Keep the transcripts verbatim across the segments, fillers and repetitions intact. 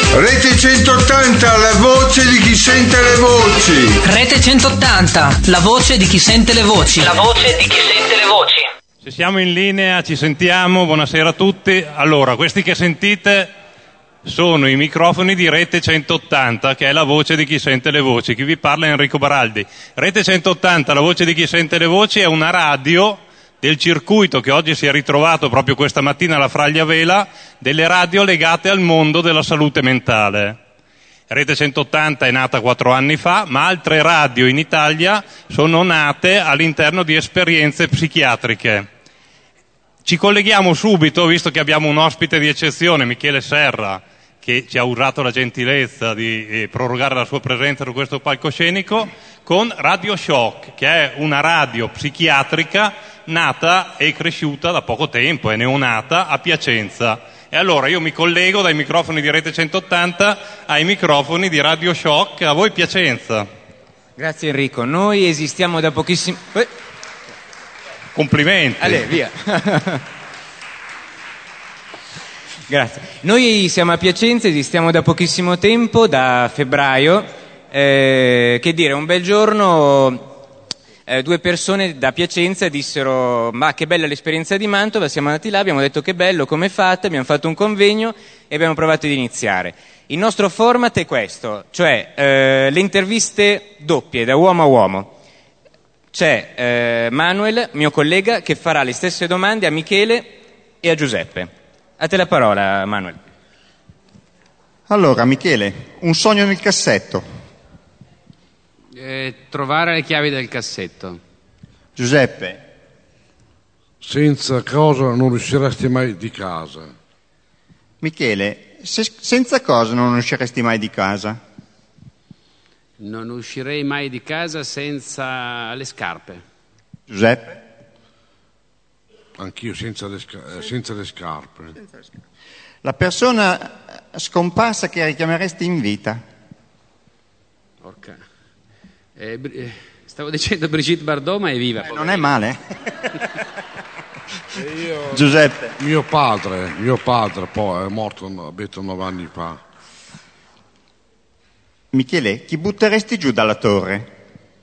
Rete centottanta, la voce di chi sente le voci. Rete centottanta, la voce di chi sente le voci. La voce di chi sente le voci. Se siamo in linea, ci sentiamo, buonasera a tutti. Allora, questi che sentite sono i microfoni di Rete centottanta, che è la voce di chi sente le voci. Chi vi parla è Enrico Baraldi. Rete centottanta, la voce di chi sente le voci, è una radio del circuito che oggi si è ritrovato proprio questa mattina alla Fraglia Vela, delle radio legate al mondo della salute mentale. Rete centottanta è nata quattro anni fa, ma altre radio in Italia sono nate all'interno di esperienze psichiatriche. Ci colleghiamo subito, visto che abbiamo un ospite di eccezione, Michele Serra, che ci ha usato la gentilezza di eh, prorogare la sua presenza su questo palcoscenico, con Radio Shock, che è una radio psichiatrica nata e cresciuta da poco tempo, è neonata a Piacenza. E allora io mi collego dai microfoni di Rete centottanta ai microfoni di Radio Shock. A voi Piacenza. Grazie Enrico, noi esistiamo da pochissimo... Eh. Complimenti. Allora, via. Grazie. Noi siamo a Piacenza, esistiamo da pochissimo tempo, da febbraio. Eh, che dire, un bel giorno... Eh, due persone da Piacenza dissero: ma che bella l'esperienza di Mantova. Siamo andati là, abbiamo detto che bello, come fate? Abbiamo fatto un convegno e abbiamo provato ad iniziare. Il nostro format è questo, cioè eh, le interviste doppie da uomo a uomo. C'è eh, Manuel, mio collega, che farà le stesse domande a Michele e a Giuseppe. A te la parola, Manuel. Allora Michele, un sogno nel cassetto. Eh, trovare le chiavi del cassetto. Giuseppe. Senza cosa non usciresti mai di casa. Michele, se, senza cosa non usciresti mai di casa? Non uscirei mai di casa senza le scarpe. Giuseppe. Anch'io senza le, sca- senza le scarpe. La persona scomparsa che richiameresti in vita. Porca. Eh, stavo dicendo Brigitte Bardot, ma è viva. Eh, non è male. Io, Giuseppe. Mio padre, mio padre poi è morto ha detto nove anni fa. Michele, chi butteresti giù dalla torre?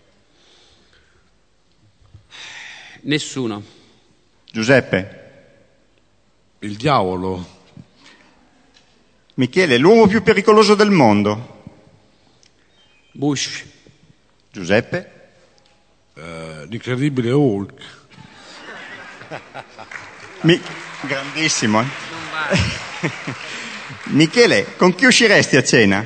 Nessuno. Giuseppe. Il diavolo. Michele, l'uomo più pericoloso del mondo. Bush. Giuseppe? Eh, l'incredibile Hulk. Mi... Grandissimo. Eh? Non vale. Michele, con chi usciresti a cena?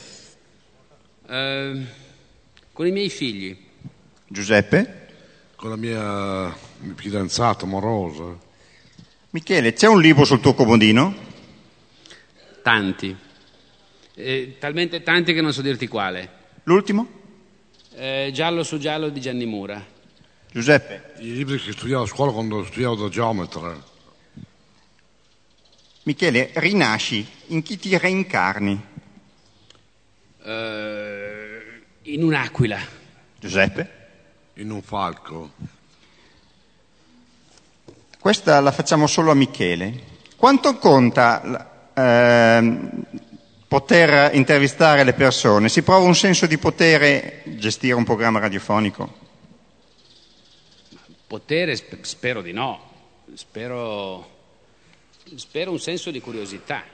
Uh, con i miei figli. Giuseppe? Con la mia fidanzata amorosa. Michele, c'è un libro sul tuo comodino? Tanti. Eh, talmente tanti che non so dirti quale. L'ultimo? Eh, giallo su giallo di Gianni Mura. Giuseppe. I libri che studiavo a scuola quando studiavo da geometra. Michele, rinasci, in chi ti reincarni? Uh, in un'aquila. Giuseppe. In un falco. Questa la facciamo solo a Michele. Quanto conta eh, poter intervistare le persone? Si prova un senso di potere gestire un programma radiofonico? Potere spero di no, spero, spero un senso di curiosità.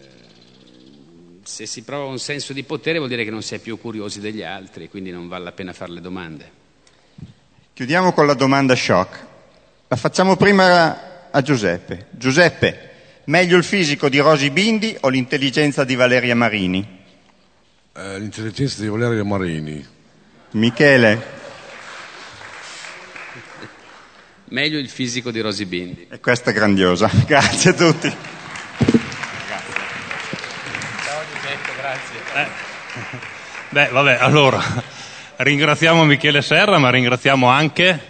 Se si prova un senso di potere vuol dire che non si è più curiosi degli altri, quindi non vale la pena fare le domande. Chiudiamo con la domanda shock. La facciamo prima a Giuseppe. Giuseppe, meglio il fisico di Rosy Bindi o l'intelligenza di Valeria Marini? Eh, l'intelligenza di Valeria Marini. Michele. Meglio il fisico di Rosy Bindi. E questa è grandiosa. Grazie a tutti. Grazie. Ciao Giuseppe, grazie. Eh. Beh, vabbè, allora, ringraziamo Michele Serra, ma ringraziamo anche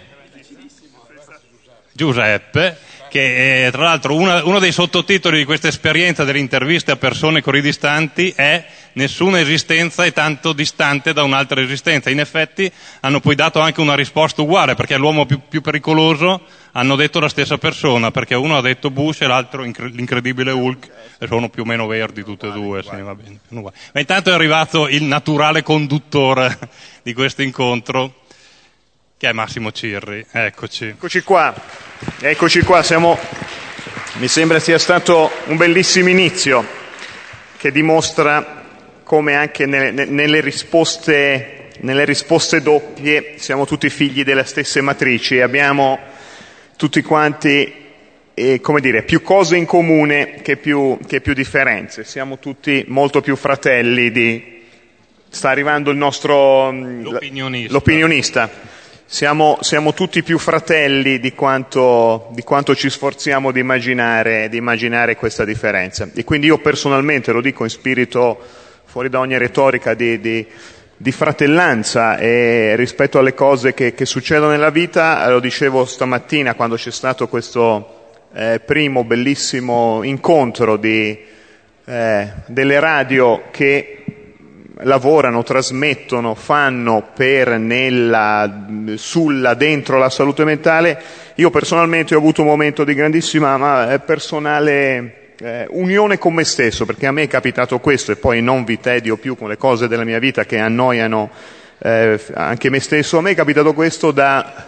Giuseppe, che è, tra l'altro una, uno dei sottotitoli di questa esperienza delle interviste a persone equidistanti è nessuna esistenza è tanto distante da un'altra esistenza. In effetti hanno poi dato anche una risposta uguale, perché l'uomo più, più pericoloso hanno detto la stessa persona, perché uno ha detto Bush e l'altro l'incredibile Hulk, e sono più o meno verdi tutte e due. Sì, va bene. Ma intanto è arrivato il naturale conduttore di questo incontro, che è Massimo Cirri. Eccoci. Eccoci qua, eccoci qua, siamo... mi sembra sia stato un bellissimo inizio che dimostra come anche nelle, nelle risposte, nelle risposte doppie siamo tutti figli delle stesse matrici e abbiamo tutti quanti, eh, come dire, più cose in comune che più, che più differenze. Siamo tutti molto più fratelli di... sta arrivando il nostro... l'opinionista. l'opinionista. Siamo, siamo tutti più fratelli di quanto, di quanto ci sforziamo di immaginare, di immaginare questa differenza. E quindi io personalmente, lo dico in spirito fuori da ogni retorica, di, di, di fratellanza e rispetto alle cose che, che succedono nella vita, lo dicevo stamattina quando c'è stato questo eh, primo bellissimo incontro di, eh, delle radio che lavorano, trasmettono, fanno per, nella, sulla, dentro la salute mentale. Io personalmente ho avuto un momento di grandissima ma, personale eh, unione con me stesso, perché a me è capitato questo, e poi non vi tedio più con le cose della mia vita che annoiano eh, anche me stesso. A me è capitato questo da...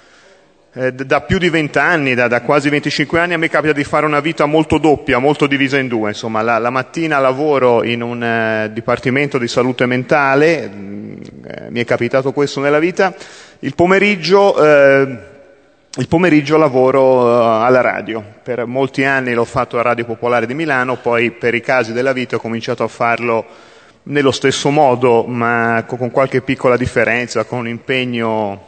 da più di vent'anni, da, da quasi venticinque anni. A me capita di fare una vita molto doppia, molto divisa in due. Insomma, la, la mattina lavoro in un eh, dipartimento di salute mentale, eh, mi è capitato questo nella vita. Il pomeriggio, eh, il pomeriggio lavoro eh, alla radio. Per molti anni l'ho fatto a Radio Popolare di Milano, poi per i casi della vita ho cominciato a farlo nello stesso modo, ma con, con qualche piccola differenza, con un impegno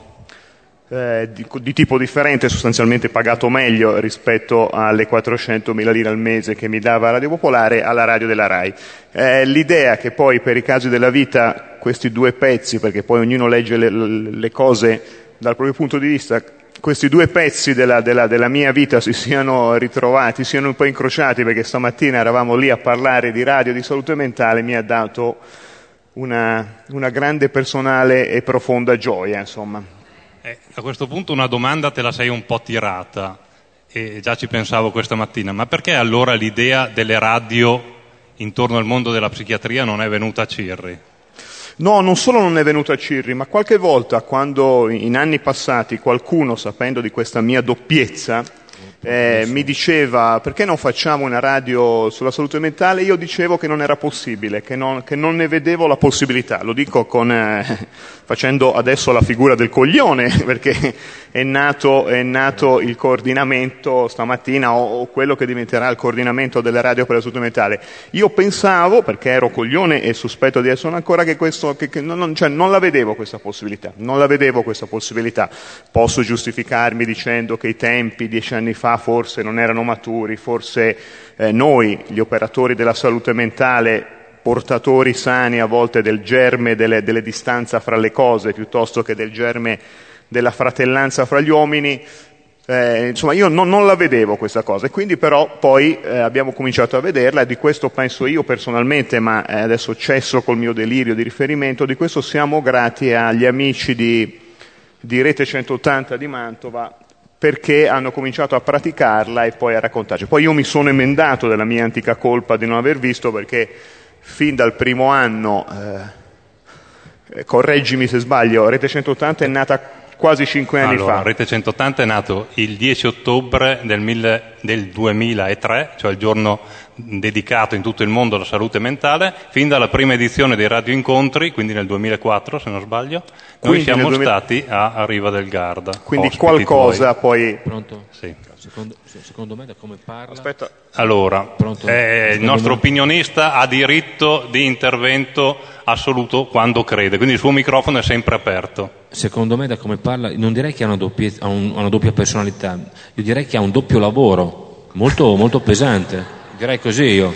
Eh, di, di tipo differente, sostanzialmente pagato meglio rispetto alle quattrocentomila lire al mese che mi dava Radio Popolare alla radio della RAI. Eh, l'idea che poi per i casi della vita questi due pezzi, perché poi ognuno legge le, le cose dal proprio punto di vista, questi due pezzi della, della, della mia vita si siano ritrovati, siano un po' incrociati, perché stamattina eravamo lì a parlare di radio, di salute mentale, mi ha dato una, una grande personale e profonda gioia, insomma. Eh, a questo punto una domanda te la sei un po' tirata, e già ci pensavo questa mattina, ma perché allora l'idea delle radio intorno al mondo della psichiatria non è venuta a Cirri? No, non solo non è venuta a Cirri, ma qualche volta, quando in anni passati qualcuno, sapendo di questa mia doppiezza, eh, mi diceva perché non facciamo una radio sulla salute mentale, io dicevo che non era possibile, che non, che non ne vedevo la possibilità. Lo dico con, eh, facendo adesso la figura del coglione, perché è nato, è nato il coordinamento stamattina, o, o quello che diventerà il coordinamento delle radio per la salute mentale. Io pensavo, perché ero coglione e sospetto di essere ancora, che questo, che, che non, cioè, non la vedevo questa possibilità, non la vedevo questa possibilità. Posso giustificarmi dicendo che i tempi, dieci anni fa, forse non erano maturi, forse eh, noi, gli operatori della salute mentale, portatori sani a volte del germe delle, delle distanze fra le cose, piuttosto che del germe della fratellanza fra gli uomini, eh, insomma io non, non la vedevo questa cosa, e quindi però poi eh, abbiamo cominciato a vederla, e di questo penso io personalmente, ma eh, adesso cesso col mio delirio di riferimento, di questo siamo grati agli amici di, di Rete centottanta di Mantova, perché hanno cominciato a praticarla e poi a raccontarci. Poi io mi sono emendato della mia antica colpa di non aver visto, perché fin dal primo anno, eh, correggimi se sbaglio, Rete centottanta è nata quasi cinque anni allora, fa. Rete centottanta è nato il dieci ottobre del, mille, del duemilatré, cioè il giorno dedicato in tutto il mondo alla salute mentale, fin dalla prima edizione dei Radio Incontri, quindi nel duemilaquattro se non sbaglio, noi Quindi siamo duemila... stati a, a Riva del Garda. Quindi qualcosa tuoi. poi... Pronto? Sì. Secondo, secondo me da come parla... Aspetta. Allora, eh, il nostro me... opinionista ha diritto di intervento assoluto quando crede, quindi il suo microfono è sempre aperto. Secondo me da come parla, non direi che ha una doppia, ha un, una doppia personalità, io direi che ha un doppio lavoro, molto, molto pesante, direi così io.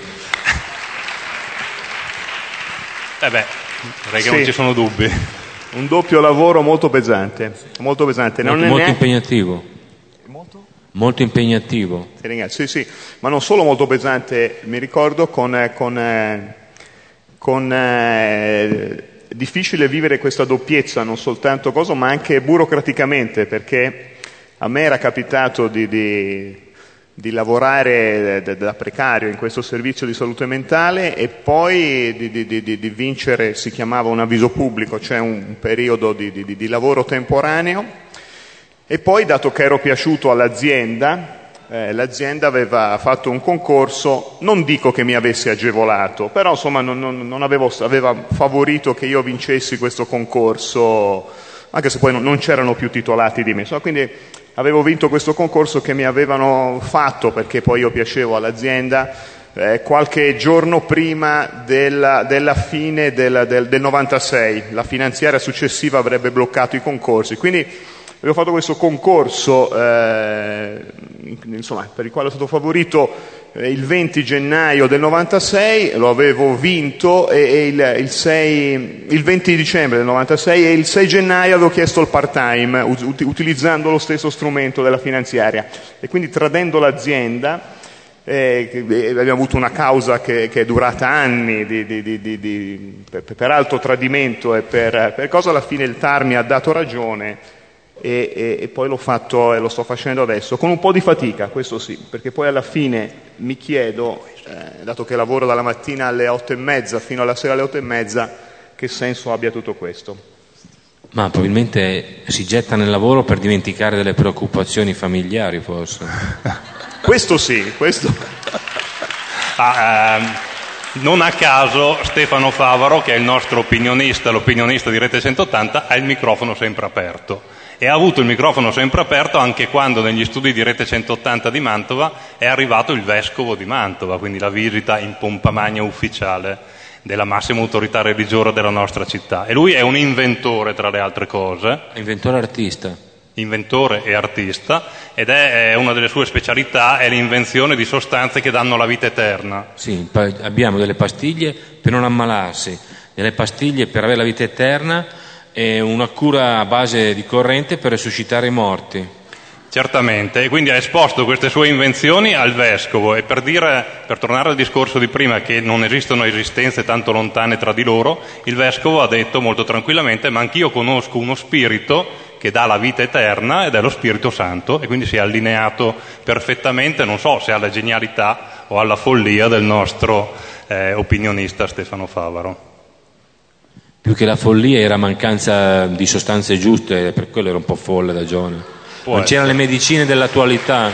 Eh beh, direi che sì. non ci sono dubbi. Un doppio lavoro molto pesante, molto pesante. Non molto, è molto neanche... impegnativo. Molto? Molto impegnativo. Ti ringrazio. Sì, sì, ma non solo molto pesante, mi ricordo con, con, con eh, difficile vivere questa doppiezza, non soltanto cosa, ma anche burocraticamente, perché a me era capitato di, di, di lavorare da precario in questo servizio di salute mentale e poi di, di, di, di vincere, si chiamava un avviso pubblico, cioè un periodo di, di, di lavoro temporaneo, e poi, dato che ero piaciuto all'azienda, Eh, l'azienda aveva fatto un concorso, non dico che mi avesse agevolato, però insomma non, non, non avevo, aveva favorito che io vincessi questo concorso, anche se poi non, non c'erano più titolati di me. Insomma, quindi avevo vinto questo concorso che mi avevano fatto, perché poi io piacevo all'azienda, eh, qualche giorno prima della, della fine del, del, del novantasei. La finanziaria successiva avrebbe bloccato i concorsi, quindi avevo fatto questo concorso, eh, insomma, per il quale sono stato favorito eh, il venti gennaio del novantasei, lo avevo vinto, e, e il, il, sei, il venti dicembre del novantasei, e il sei gennaio avevo chiesto il part-time, ut- utilizzando lo stesso strumento della finanziaria, e quindi tradendo l'azienda. Eh, abbiamo avuto una causa che, che è durata anni di, di, di, di, di, per, per alto tradimento e per, per cosa, alla fine il T A R mi ha dato ragione. E, e, e poi l'ho fatto e lo sto facendo adesso con un po' di fatica, questo sì, perché poi alla fine mi chiedo, eh, dato che lavoro dalla mattina alle otto e mezza fino alla sera alle otto e mezza, che senso abbia tutto questo. Ma probabilmente si getta nel lavoro per dimenticare delle preoccupazioni familiari, forse. Questo sì, questo. Ah, ehm, non a caso Stefano Favaro, che è il nostro opinionista, l'opinionista di Rete centottanta, ha il microfono sempre aperto. E ha avuto il microfono sempre aperto anche quando negli studi di Rete centottanta di Mantova è arrivato il vescovo di Mantova, quindi la visita in pompa magna ufficiale della massima autorità religiosa della nostra città. E lui è un inventore, tra le altre cose. Inventore artista. Inventore e artista, ed è, è una delle sue specialità è l'invenzione di sostanze che danno la vita eterna. Sì, pa- abbiamo delle pastiglie per non ammalarsi, delle pastiglie per avere la vita eterna, e una cura a base di corrente per resuscitare i morti. Certamente, e quindi ha esposto queste sue invenzioni al vescovo, e per dire, per tornare al discorso di prima, che non esistono esistenze tanto lontane tra di loro, il vescovo ha detto molto tranquillamente: ma anch'io conosco uno spirito che dà la vita eterna, ed è lo Spirito Santo, e quindi si è allineato perfettamente, non so se alla genialità o alla follia del nostro eh, opinionista Stefano Favaro. Più che la follia era mancanza di sostanze giuste, per quello era un po' folle da giovane. Può non c'erano essere. le medicine dell'attualità.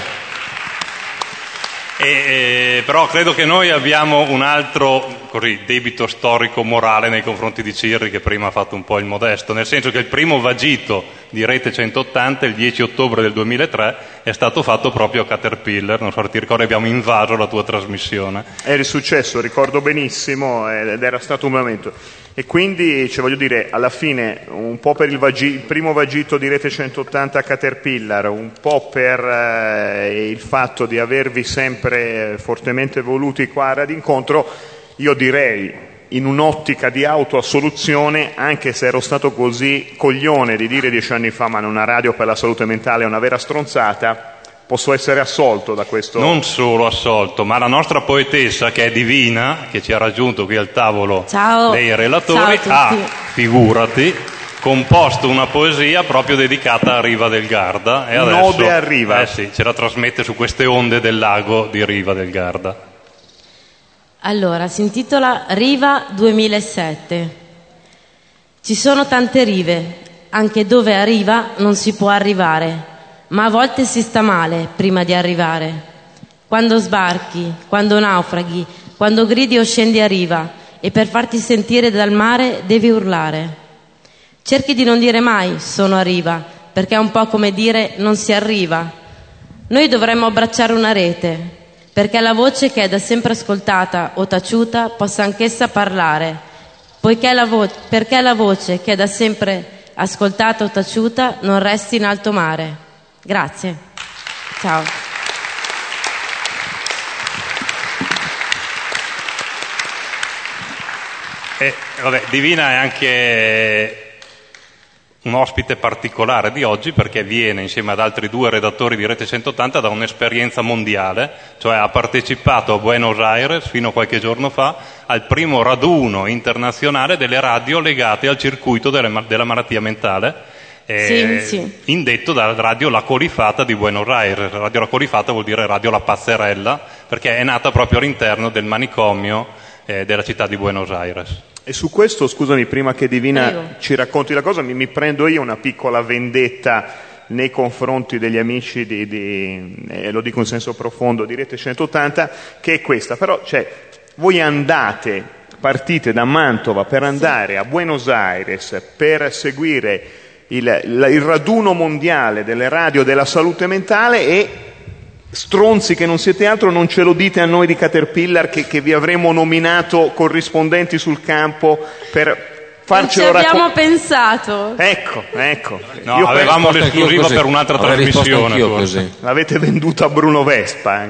E, e, però credo che noi abbiamo un altro così, debito storico morale nei confronti di Cirri, che prima ha fatto un po' il modesto, nel senso che il primo vagito di Rete centottanta, il dieci ottobre del duemilatré, è stato fatto proprio a Caterpillar. Non so se ti ricordi, abbiamo invaso la tua trasmissione. Era successo, ricordo benissimo, ed era stato un momento. E quindi, cioè, voglio dire, alla fine, un po' per il, vagi- il primo vagito di Rete centottanta a Caterpillar, un po' per eh, il fatto di avervi sempre fortemente voluti qua a Radio Incontro, io direi, in un'ottica di autoassoluzione, anche se ero stato così coglione di dire dieci anni fa: ma una radio per la salute mentale è una vera stronzata, posso essere assolto da questo? Non solo assolto, ma la nostra poetessa, che è Divina, che ci ha raggiunto qui al tavolo Ciao. dei relatori, Ciao a ha, tutti. figurati, composto una poesia proprio dedicata a Riva del Garda. E adesso, Un'ode a Riva. Eh sì, ce la trasmette su queste onde del lago di Riva del Garda. Allora, si intitola Riva duemilasette. Ci sono tante rive, anche dove a riva non si può arrivare, ma a volte si sta male prima di arrivare. Quando sbarchi, quando naufraghi, quando gridi o scendi a riva, e per farti sentire dal mare devi urlare. Cerchi di non dire mai sono a riva, perché è un po' come dire non si arriva. Noi dovremmo abbracciare una rete, perché la voce che è da sempre ascoltata o taciuta possa anch'essa parlare, poiché la vo- perché la voce che è da sempre ascoltata o taciuta non resti in alto mare. Grazie. Ciao. E, vabbè, Divina è anche un ospite particolare di oggi perché viene insieme ad altri due redattori di Rete centottanta da un'esperienza mondiale, cioè ha partecipato a Buenos Aires fino a qualche giorno fa al primo raduno internazionale delle radio legate al circuito delle, della malattia mentale, eh, sì, sì. indetto dalla radio La Colifata di Buenos Aires. Radio La Colifata vuol dire Radio La Passerella, perché è nata proprio all'interno del manicomio eh, della città di Buenos Aires. E su questo, scusami, prima che Divina Prego. ci racconti la cosa, mi, mi prendo io una piccola vendetta nei confronti degli amici di, di eh, lo dico in senso profondo, di Rete centottanta, che è questa. Però, cioè, voi andate, partite da Mantova per andare sì. a Buenos Aires per seguire il, il, il raduno mondiale delle radio della salute mentale e stronzi che non siete altro, non ce lo dite a noi di Caterpillar che, che vi avremmo nominato corrispondenti sul campo per farcelo raccontare. Ci abbiamo raccon- pensato. Ecco, ecco. No, Io avevamo penso- l'esclusiva per un'altra Avrei trasmissione. risposto forse. anch'io così. L'avete venduta a Bruno Vespa.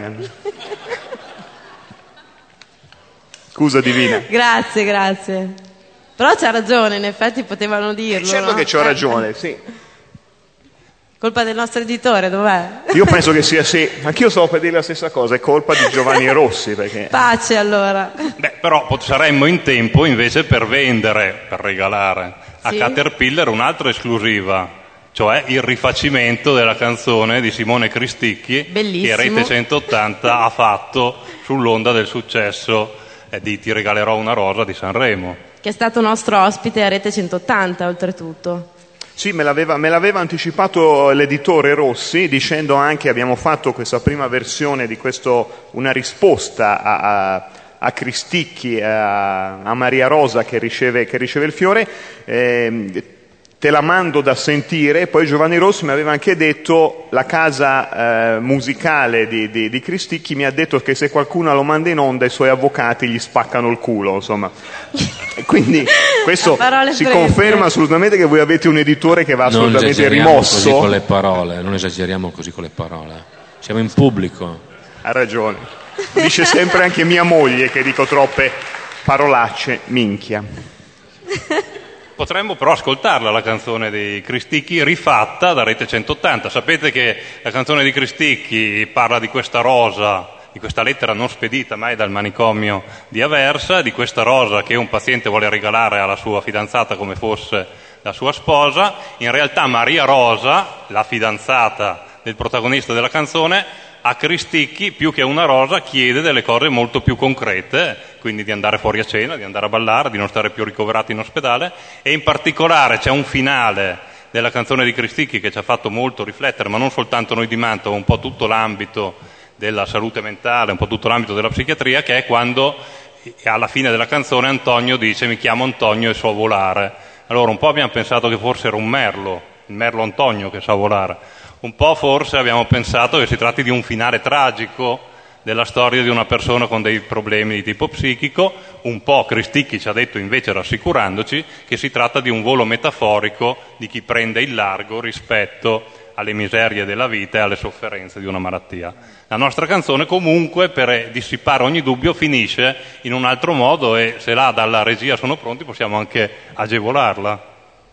Scusa Divina. Grazie, grazie. Però c'ha ragione, in effetti potevano dirlo. Certo no? che c'ho ragione, sì. Colpa del nostro editore, dov'è? Io penso che sia sì. Anch'io stavo per dire la stessa cosa, è colpa di Giovanni Rossi. Perché... Pace allora. Beh, però pot- saremmo in tempo invece per vendere, per regalare a Sì. Caterpillar un'altra esclusiva, cioè il rifacimento della canzone di Simone Cristicchi Bellissimo. che Rete centottanta ha fatto sull'onda del successo eh, di Ti regalerò una rosa di Sanremo. Che è stato nostro ospite a Rete centottanta, oltretutto. Sì, me l'aveva, me l'aveva anticipato l'editore Rossi, dicendo anche abbiamo fatto questa prima versione di questo, una risposta a, a, a Cristicchi, a, a Maria Rosa che riceve, che riceve il fiore. Eh, te la mando da sentire. Poi Giovanni Rossi mi aveva anche detto, la casa eh, musicale di, di, di Cristicchi mi ha detto che se qualcuno lo manda in onda i suoi avvocati gli spaccano il culo, insomma. E quindi questo si fresche. conferma assolutamente che voi avete un editore che va Non assolutamente esageriamo rimosso. così con le parole, non esageriamo così con le parole. Siamo in pubblico. Ha ragione. Dice sempre anche mia moglie che dico troppe parolacce, minchia. Potremmo però ascoltarla la canzone di Cristicchi rifatta da Rete centottanta. Sapete che la canzone di Cristicchi parla di questa rosa, di questa lettera non spedita mai dal manicomio di Aversa, di questa rosa che un paziente vuole regalare alla sua fidanzata come fosse la sua sposa. In realtà Maria Rosa, la fidanzata del protagonista della canzone, a Cristicchi più che a una rosa chiede delle cose molto più concrete, quindi di andare fuori a cena, di andare a ballare, di non stare più ricoverati in ospedale, e in particolare c'è un finale della canzone di Cristicchi che ci ha fatto molto riflettere, ma non soltanto noi di Mantova, un po' tutto l'ambito della salute mentale, un po' tutto l'ambito della psichiatria, che è quando alla fine della canzone Antonio dice mi chiamo Antonio e so volare. Allora un po' abbiamo pensato che forse era un merlo, il merlo Antonio che sa volare. Un po' forse abbiamo pensato che si tratti di un finale tragico della storia di una persona con dei problemi di tipo psichico. Un po' Cristicchi ci ha detto invece, rassicurandoci, che si tratta di un volo metaforico di chi prende il largo rispetto alle miserie della vita e alle sofferenze di una malattia. La nostra canzone comunque, per dissipare ogni dubbio, finisce in un altro modo e se là dalla regia sono pronti possiamo anche agevolarla.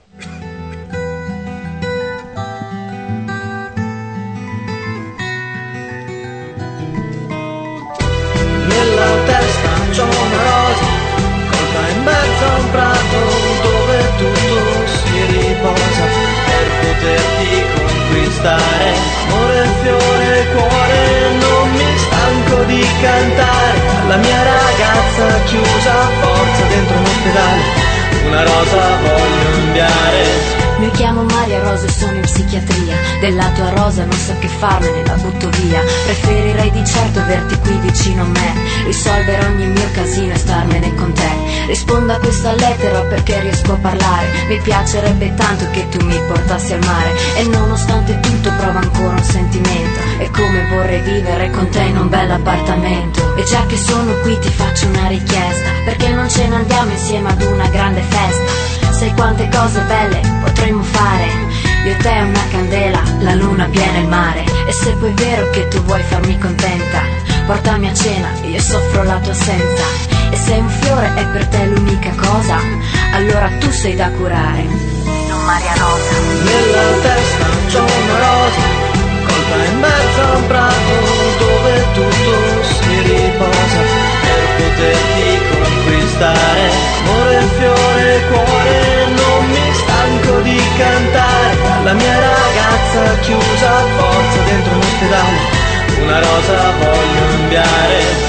Nella testa c'ho una rosa, colta in mezzo a un prato dove tutto si riposa per poterti conquistare. Amore, fiore, cuore, non mi stanco di cantare. La mia ragazza chiusa a forza dentro un ospedale, una rosa voglio inviare. Mi chiamo Maria Rosa e sono in psichiatria. Della tua rosa non so che farmene, la butto via. Preferirei di certo averti qui vicino a me, risolvere ogni mio casino e starmene con te. Rispondo a questa lettera perché riesco a parlare. Mi piacerebbe tanto che tu mi portassi al mare, e nonostante tutto provo ancora un sentimento. E come vorrei vivere con te in un bel appartamento. E già che sono qui ti faccio una richiesta, perché non ce ne andiamo insieme ad una grande festa? Sai quante cose belle potremmo fare, io e te una candela, la luna piena e il mare. E se poi è vero che tu vuoi farmi contenta, portami a cena, io soffro la tua assenza. E se un fiore è per te l'unica cosa, allora tu sei da curare. Non Maria Rosa. Nella testa c'ho una rosa, colta in mezzo a un prato dove tutto si riposa, per poterti conquistare. Amore, fiore, cuore, non mi stanco di cantare. La mia ragazza chiusa a forza dentro un ospedale, una rosa voglio inviare.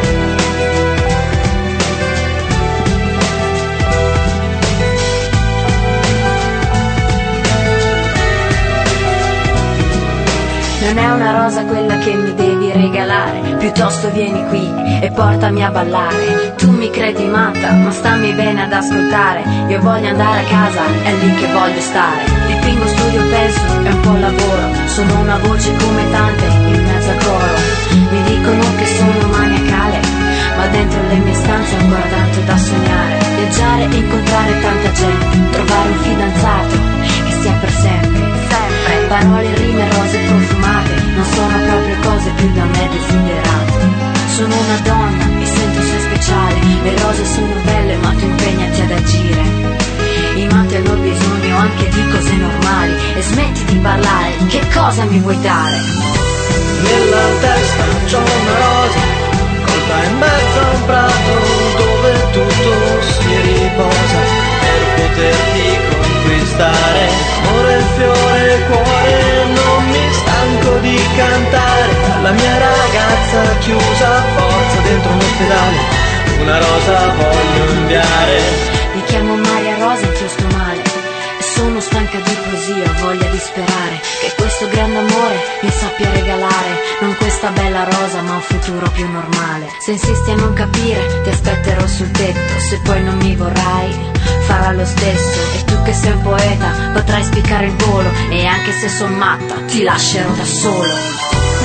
Non è una rosa quella che mi devi regalare, piuttosto vieni qui e portami a ballare. Tu mi credi matta, ma stammi bene ad ascoltare. Io voglio andare a casa, è lì che voglio stare. Dipingo, studio, penso, è un po' lavoro. Sono una voce come tante in mezzo al coro. Mi dicono che sono maniacale, ma dentro le mie stanze ho ancora tanto da sognare. Viaggiare e incontrare tanta gente, trovare un fidanzato che sia per sempre. Sempre. Parole, rime, rose profumate non sono proprio cose più da me desiderate. Sono una donna, mi sento sei speciale. Le rose sono belle ma tu impegnati ad agire. I matti hanno bisogno anche di cose normali. E smetti di parlare, che cosa mi vuoi dare? Nella testa c'ho una rosa, colta in mezzo a un prato dove tutto si riposa, per poterti conquistare. Amore, fiore, cuore, non mi stanco di cantare. La mia ragazza chiusa a forza dentro un ospedale, una rosa voglio inviare. Mi chiamo Maria Rosa, anch'io sto male e sono stanca di poesia, ho voglia di sperare che questo grande amore mi sappia regalare non questa bella rosa ma un futuro più normale. Se insisti a non capire ti aspetterò sul tetto, se poi non mi vorrai farà lo stesso. E tu che sei un poeta potrai spiccare il volo, e anche se son matta ti lascerò da solo.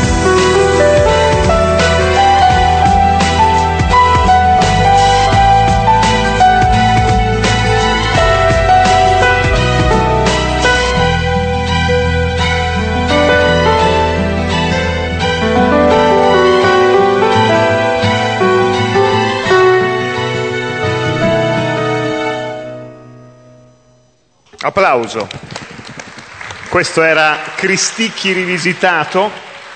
Applauso. Questo era Cristicchi rivisitato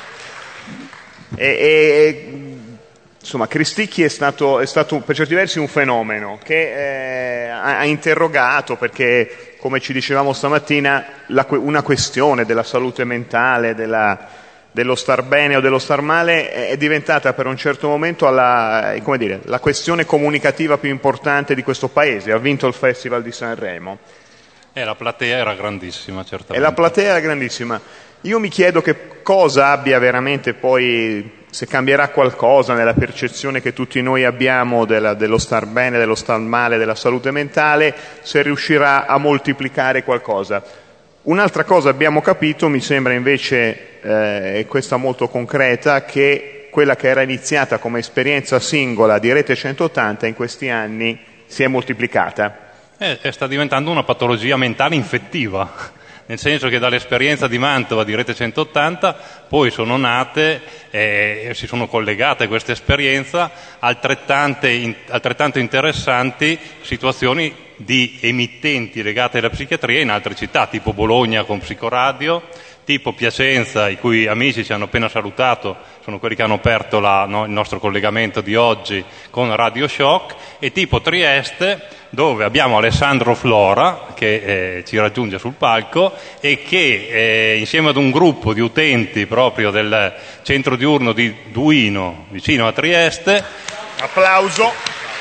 e, e insomma Cristicchi è stato, è stato per certi versi un fenomeno che eh, ha, ha interrogato, perché come ci dicevamo stamattina la, una questione della salute mentale, della, dello star bene o dello star male è diventata per un certo momento la, come dire, la questione comunicativa più importante di questo paese. Ha vinto il Festival di Sanremo. E la platea era grandissima, certamente. E la platea era grandissima. Io mi chiedo che cosa abbia veramente poi, se cambierà qualcosa nella percezione che tutti noi abbiamo della, dello star bene, dello star male, della salute mentale, se riuscirà a moltiplicare qualcosa. Un'altra cosa abbiamo capito, mi sembra invece, eh, e questa molto concreta, che quella che era iniziata come esperienza singola di Rete centottanta in questi anni si è moltiplicata. Eh, sta diventando una patologia mentale infettiva, nel senso che dall'esperienza di Mantova di Rete centottanta poi sono nate e eh, si sono collegate a questa esperienza altrettante, in, altrettanto interessanti situazioni di emittenti legate alla psichiatria in altre città, tipo Bologna con Psicoradio, tipo Piacenza, i cui amici ci hanno appena salutato, sono quelli che hanno aperto la, no, il nostro collegamento di oggi con Radio Shock, e tipo Trieste, dove abbiamo Alessandro Flora che eh, ci raggiunge sul palco e che eh, insieme ad un gruppo di utenti proprio del centro diurno di Duino, vicino a Trieste, applauso,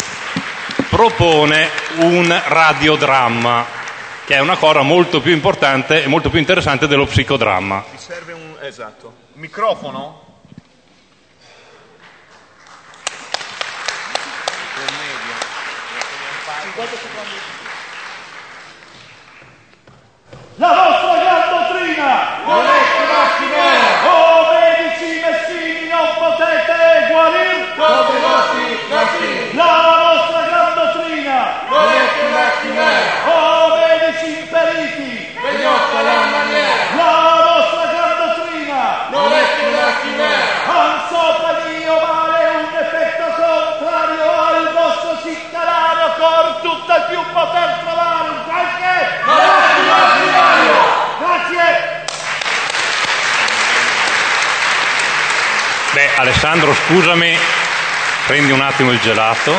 propone un radiodramma, che è una cosa molto più importante e molto più interessante dello psicodramma. Mi serve un, esatto, un microfono? La vostra gran dottrina non è una chimera. Oh medici messini, non potete guarir come i vostri vaccini. La vostra gran dottrina non è una chimera. Oh medici imperiti, vegliate la maniera. La vostra gran dottrina non è una chimera. Han sopra il mio male un effetto contrario al vostro siccalario cor, tutto il più poter trovare un qualche malattia. Alessandro, scusami, prendi un attimo il gelato.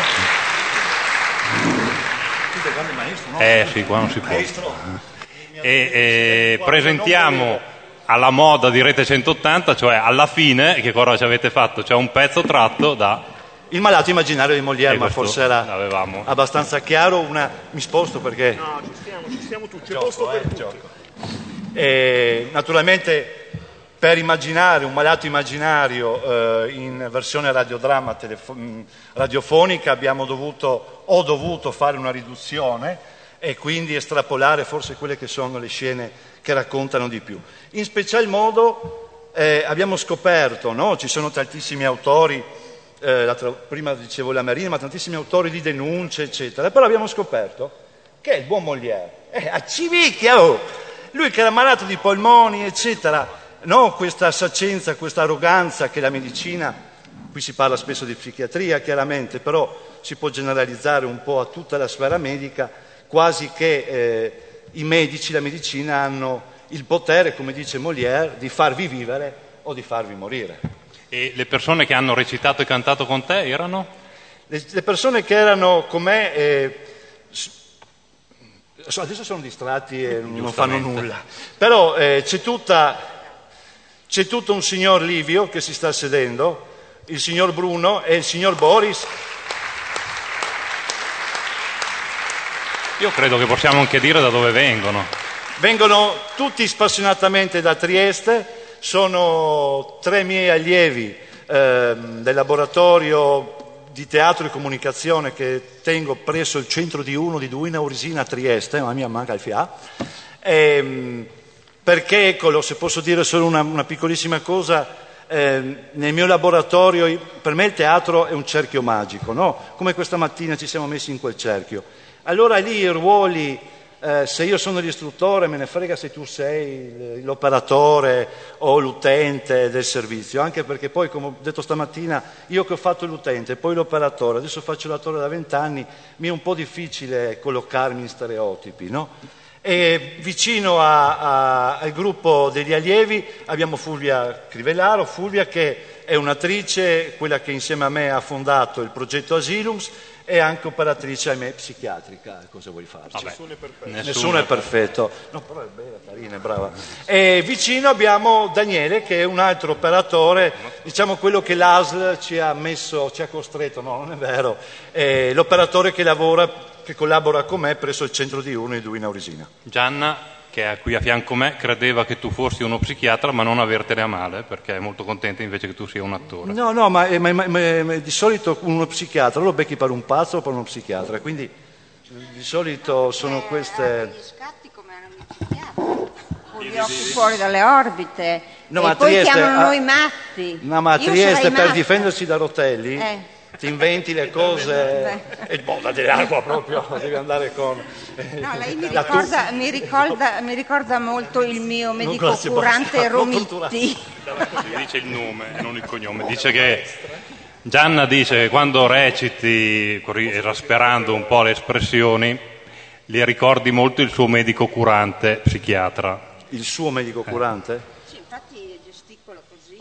Eh sì, qua non si può. E, e presentiamo alla moda di Rete centottanta, cioè alla fine, che cosa ci avete fatto? C'è un pezzo tratto da... Il malato immaginario di Molière, E ma questo forse era l'avevamo. abbastanza chiaro. Una... Mi sposto perché... No, ci stiamo, ci stiamo tutti, c'è posto per tutti. E, naturalmente, per immaginare un malato immaginario eh, in versione radiodramma telefo- radiofonica abbiamo dovuto, ho dovuto fare una riduzione e quindi estrapolare forse quelle che sono le scene che raccontano di più. In special modo eh, abbiamo scoperto, no? Ci sono tantissimi autori, eh, prima dicevo la Marina, ma tantissimi autori di denunce, eccetera, però abbiamo scoperto che il buon Molière, eh, a Civicchia, oh, lui che era malato di polmoni, eccetera, no? Questa saccenza, questa arroganza che la medicina, qui si parla spesso di psichiatria chiaramente, però si può generalizzare un po' a tutta la sfera medica, quasi che eh, i medici, la medicina hanno il potere, come dice Molière, di farvi vivere o di farvi morire. E le persone che hanno recitato e cantato con te erano? Le, le persone che erano con me, eh, adesso sono distratti e non fanno nulla, però eh, c'è, tutta, c'è tutto un signor Livio che si sta sedendo, il signor Bruno e il signor Boris. Io credo che possiamo anche dire da dove vengono. Vengono tutti spassionatamente da Trieste, sono tre miei allievi eh, del laboratorio di teatro e comunicazione che tengo presso il centro di uno di Duina Urisina a Trieste, ma mi manca il F I A, e, perché, eccolo, se posso dire solo una, una piccolissima cosa, eh, nel mio laboratorio, per me il teatro è un cerchio magico, no? Come questa mattina ci siamo messi in quel cerchio. Allora lì i ruoli, eh, se io sono l'istruttore me ne frega se tu sei l'operatore o l'utente del servizio, anche perché poi, come ho detto stamattina, io che ho fatto l'utente, poi l'operatore, adesso faccio l'attore da vent'anni, mi è un po' difficile collocarmi in stereotipi, no? E vicino a, a, al gruppo degli allievi abbiamo Fulvia Crivellaro, Fulvia che è un'attrice, quella che insieme a me ha fondato il progetto Asilums, e anche operatrice, ahimè, psichiatrica. Cosa vuoi farci? Nessuno è perfetto. Nessuno, Nessuno è perfetto. No, però è bella, carina, è brava. E vicino abbiamo Daniele, che è un altro operatore, diciamo quello che l'A S L ci ha messo, ci ha costretto, no, non è vero, è l'operatore che lavora, che collabora con me presso il centro di Uno di Duina Urisina. Gianna, che è qui a fianco a me, credeva che tu fossi uno psichiatra, ma non avertene a male, perché è molto contenta invece che tu sia un attore. No, no, ma, ma, ma, ma di solito uno psichiatra lo becchi per un pazzo o per uno psichiatra, quindi di solito sono queste... Gli scatti come hanno i psichiatri, con gli occhi fuori dalle orbite, No, e ma poi Trieste, chiamano ah, noi matti. No, ma a Io Trieste sarei per matta. difendersi da Rotelli Eh. ti inventi le cose e boh, da dell'acqua proprio, devi andare con... eh, No, lei mi la ricorda, tu- mi, ricorda, mi ricorda molto il mio medico grazie, curante basta, non Romitti. Dice il nome e non il cognome. Dice che Gianna dice che quando reciti, esasperando un po' le espressioni, le ricordi molto il suo medico curante psichiatra. Il suo medico curante? Sì, infatti gesticolo così.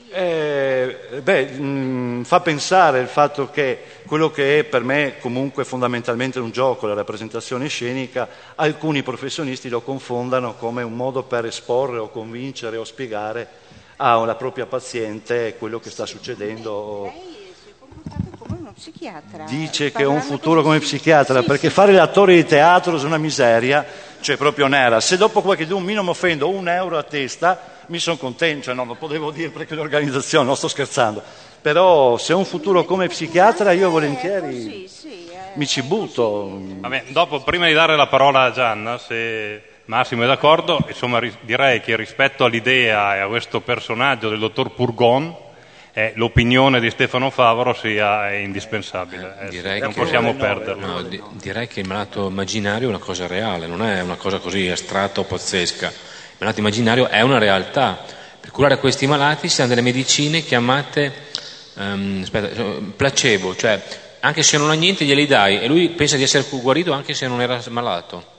Eh, beh, mh, fa pensare il fatto che quello che è per me comunque fondamentalmente un gioco, la rappresentazione scenica, alcuni professionisti lo confondano come un modo per esporre o convincere o spiegare alla propria paziente quello che sta succedendo. Lei si è comportato come uno psichiatra. Dice che ho un parlando futuro come così. psichiatra, Sì, perché sì. fare l'attore di teatro è una miseria, cioè proprio nera. Se dopo qualche un minimo offendo un euro a testa, mi sono contento, cioè no, lo potevo dire perché l'organizzazione, non sto scherzando. Però se ho un futuro come psichiatra io volentieri mi ci butto. Vabbè, dopo, prima di dare la parola a Gianna, se Massimo è d'accordo, insomma ri- direi che rispetto all'idea e a questo personaggio del dottor Purgon, eh, l'opinione di Stefano Favaro sia indispensabile. Eh, Direi non che- possiamo no, perderlo. no, di- direi che il malato immaginario è una cosa reale, non è una cosa così astratta o pazzesca. Il malato immaginario è una realtà. Per curare questi malati si hanno delle medicine chiamate ehm, aspetta, placebo, cioè anche se non ha niente glieli dai e lui pensa di essere guarito anche se non era malato.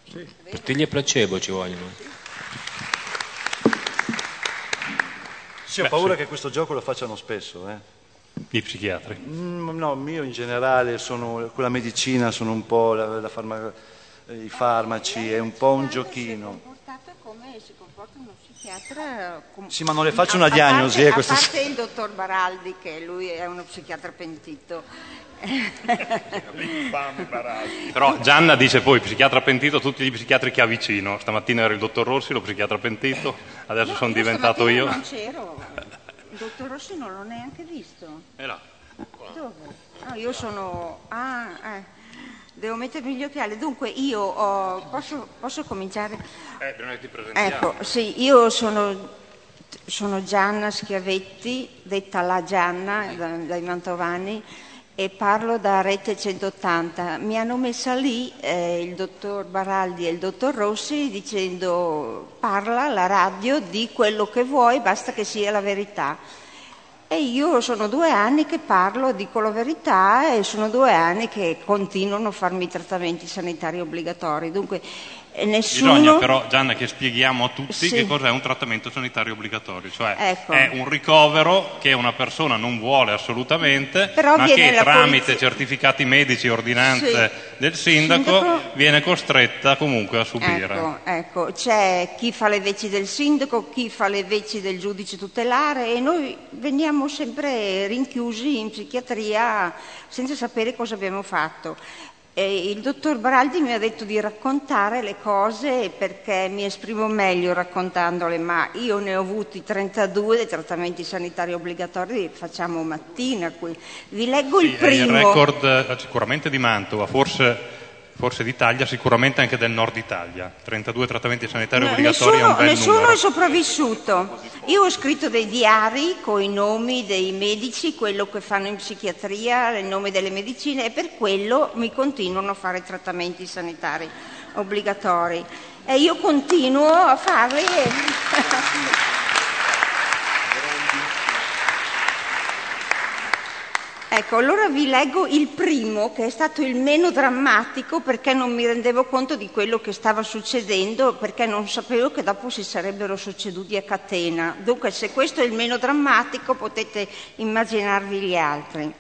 Pastiglie placebo ci vogliono. Sì, ho Beh, paura sì. che questo gioco lo facciano spesso, eh. I psichiatri. Mm, no, io in generale sono, con la medicina sono un po' la, la farma, i farmaci, è un po' un giochino. Come si comporta uno psichiatra? com- Sì, ma non le faccio a- una a diagnosi, parte- eh, questa A parte il dottor Baraldi, che lui è uno psichiatra pentito. Però Gianna dice poi psichiatra pentito tutti gli psichiatri che ha vicino. Stamattina era il dottor Rossi, lo psichiatra pentito, adesso sono diventato io. Non c'ero. Il dottor Rossi non l'ho neanche visto. E là. Dove? Ah, io sono... Ah, eh. Devo mettermi gli occhiali. Dunque io ho... Posso, posso cominciare? Eh, bisogna che ti presentiamo. Ecco, sì, io sono, sono Gianna Schiavetti, detta la Gianna da- dai Mantovani, e parlo da Rete centottanta. Mi hanno messa lì eh, il dottor Baraldi e il dottor Rossi dicendo parla alla radio di quello che vuoi, basta che sia la verità. E io sono due anni che parlo, dico la verità, e sono due anni che continuano a farmi i trattamenti sanitari obbligatori. Dunque eh, nessuno... Bisogna però, Gianna, che spieghiamo a tutti Sì. che cos'è un trattamento sanitario obbligatorio, cioè Ecco. è un ricovero che una persona non vuole assolutamente, Però ma viene che la tramite polizia- certificati medici e ordinanze Sì. del sindaco, Sindaco- viene costretta comunque a subire. Ecco, ecco, c'è chi fa le veci del sindaco, chi fa le veci del giudice tutelare, e noi veniamo sempre rinchiusi in psichiatria senza sapere cosa abbiamo fatto. E il dottor Baraldi mi ha detto di raccontare le cose perché mi esprimo meglio raccontandole, ma io ne ho avuti trentadue dei trattamenti sanitari obbligatori, li facciamo mattina qui. Vi leggo il Sì, è il primo. record eh, sicuramente di Mantova, forse, forse d'Italia, sicuramente anche del nord Italia. trentadue trattamenti sanitari No, obbligatori è un nessuno, bel nessuno numero. è sopravvissuto. Io ho scritto dei diari con i nomi dei medici, quello che fanno in psichiatria, il nome delle medicine, e per quello mi continuano a fare trattamenti sanitari obbligatori. E io continuo a farli. e- Ecco, allora vi leggo il primo, che è stato il meno drammatico, perché non mi rendevo conto di quello che stava succedendo, perché non sapevo che dopo si sarebbero succeduti a catena. Dunque, se questo è il meno drammatico, potete immaginarvi gli altri.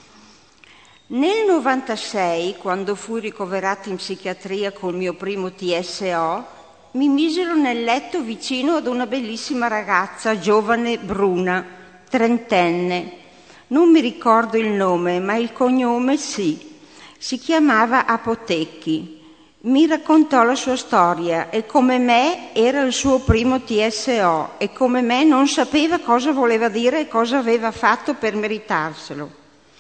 Nel novantasei, quando fui ricoverato in psichiatria col mio primo T S O, mi misero nel letto vicino ad una bellissima ragazza, giovane, bruna, trentenne. Non mi ricordo il nome, ma il cognome sì. Si chiamava Apotecchi. Mi raccontò la sua storia e come me era il suo primo T S O e come me non sapeva cosa voleva dire e cosa aveva fatto per meritarselo.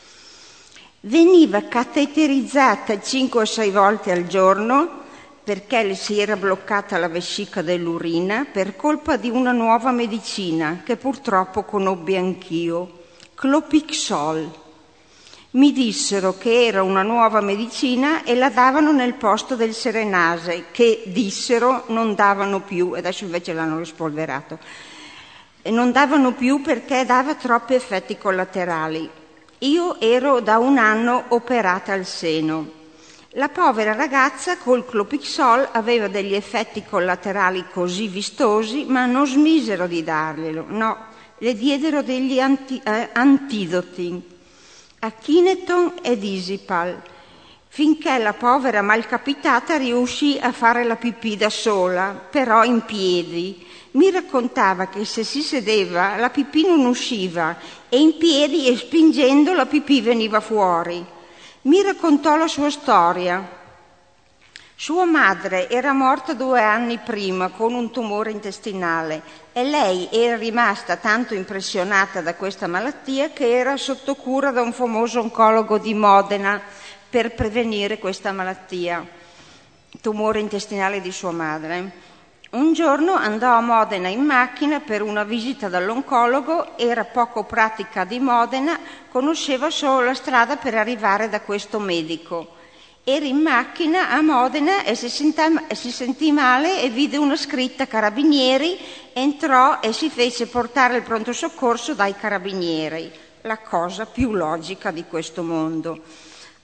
Veniva cateterizzata cinque o sei volte al giorno perché le si era bloccata la vescica dell'urina per colpa di una nuova medicina che purtroppo conobbi anch'io. Clopixol. Mi dissero che era una nuova medicina e la davano nel posto del Serenase, che dissero non davano più, adesso invece l'hanno rispolverato, e non davano più perché dava troppi effetti collaterali. Io ero da un anno operata al seno. La povera ragazza col Clopixol aveva degli effetti collaterali così vistosi, ma non smisero di darglielo, no. Le diedero degli anti, eh, antidoti, Akineton ed Isipal, finché la povera malcapitata riuscì a fare la pipì da sola, però in piedi. Mi raccontava che se si sedeva la pipì non usciva e in piedi e spingendo la pipì veniva fuori. Mi raccontò la sua storia. Sua madre era morta due anni prima con un tumore intestinale e lei era rimasta tanto impressionata da questa malattia che era sotto cura da un famoso oncologo di Modena per prevenire questa malattia, tumore intestinale di sua madre. Un giorno andò a Modena in macchina per una visita dall'oncologo, era poco pratica di Modena, conosceva solo la strada per arrivare da questo medico. Era in macchina a Modena e si, sentà, si sentì male e vide una scritta carabinieri, entrò e si fece portare il pronto soccorso dai carabinieri, la cosa più logica di questo mondo.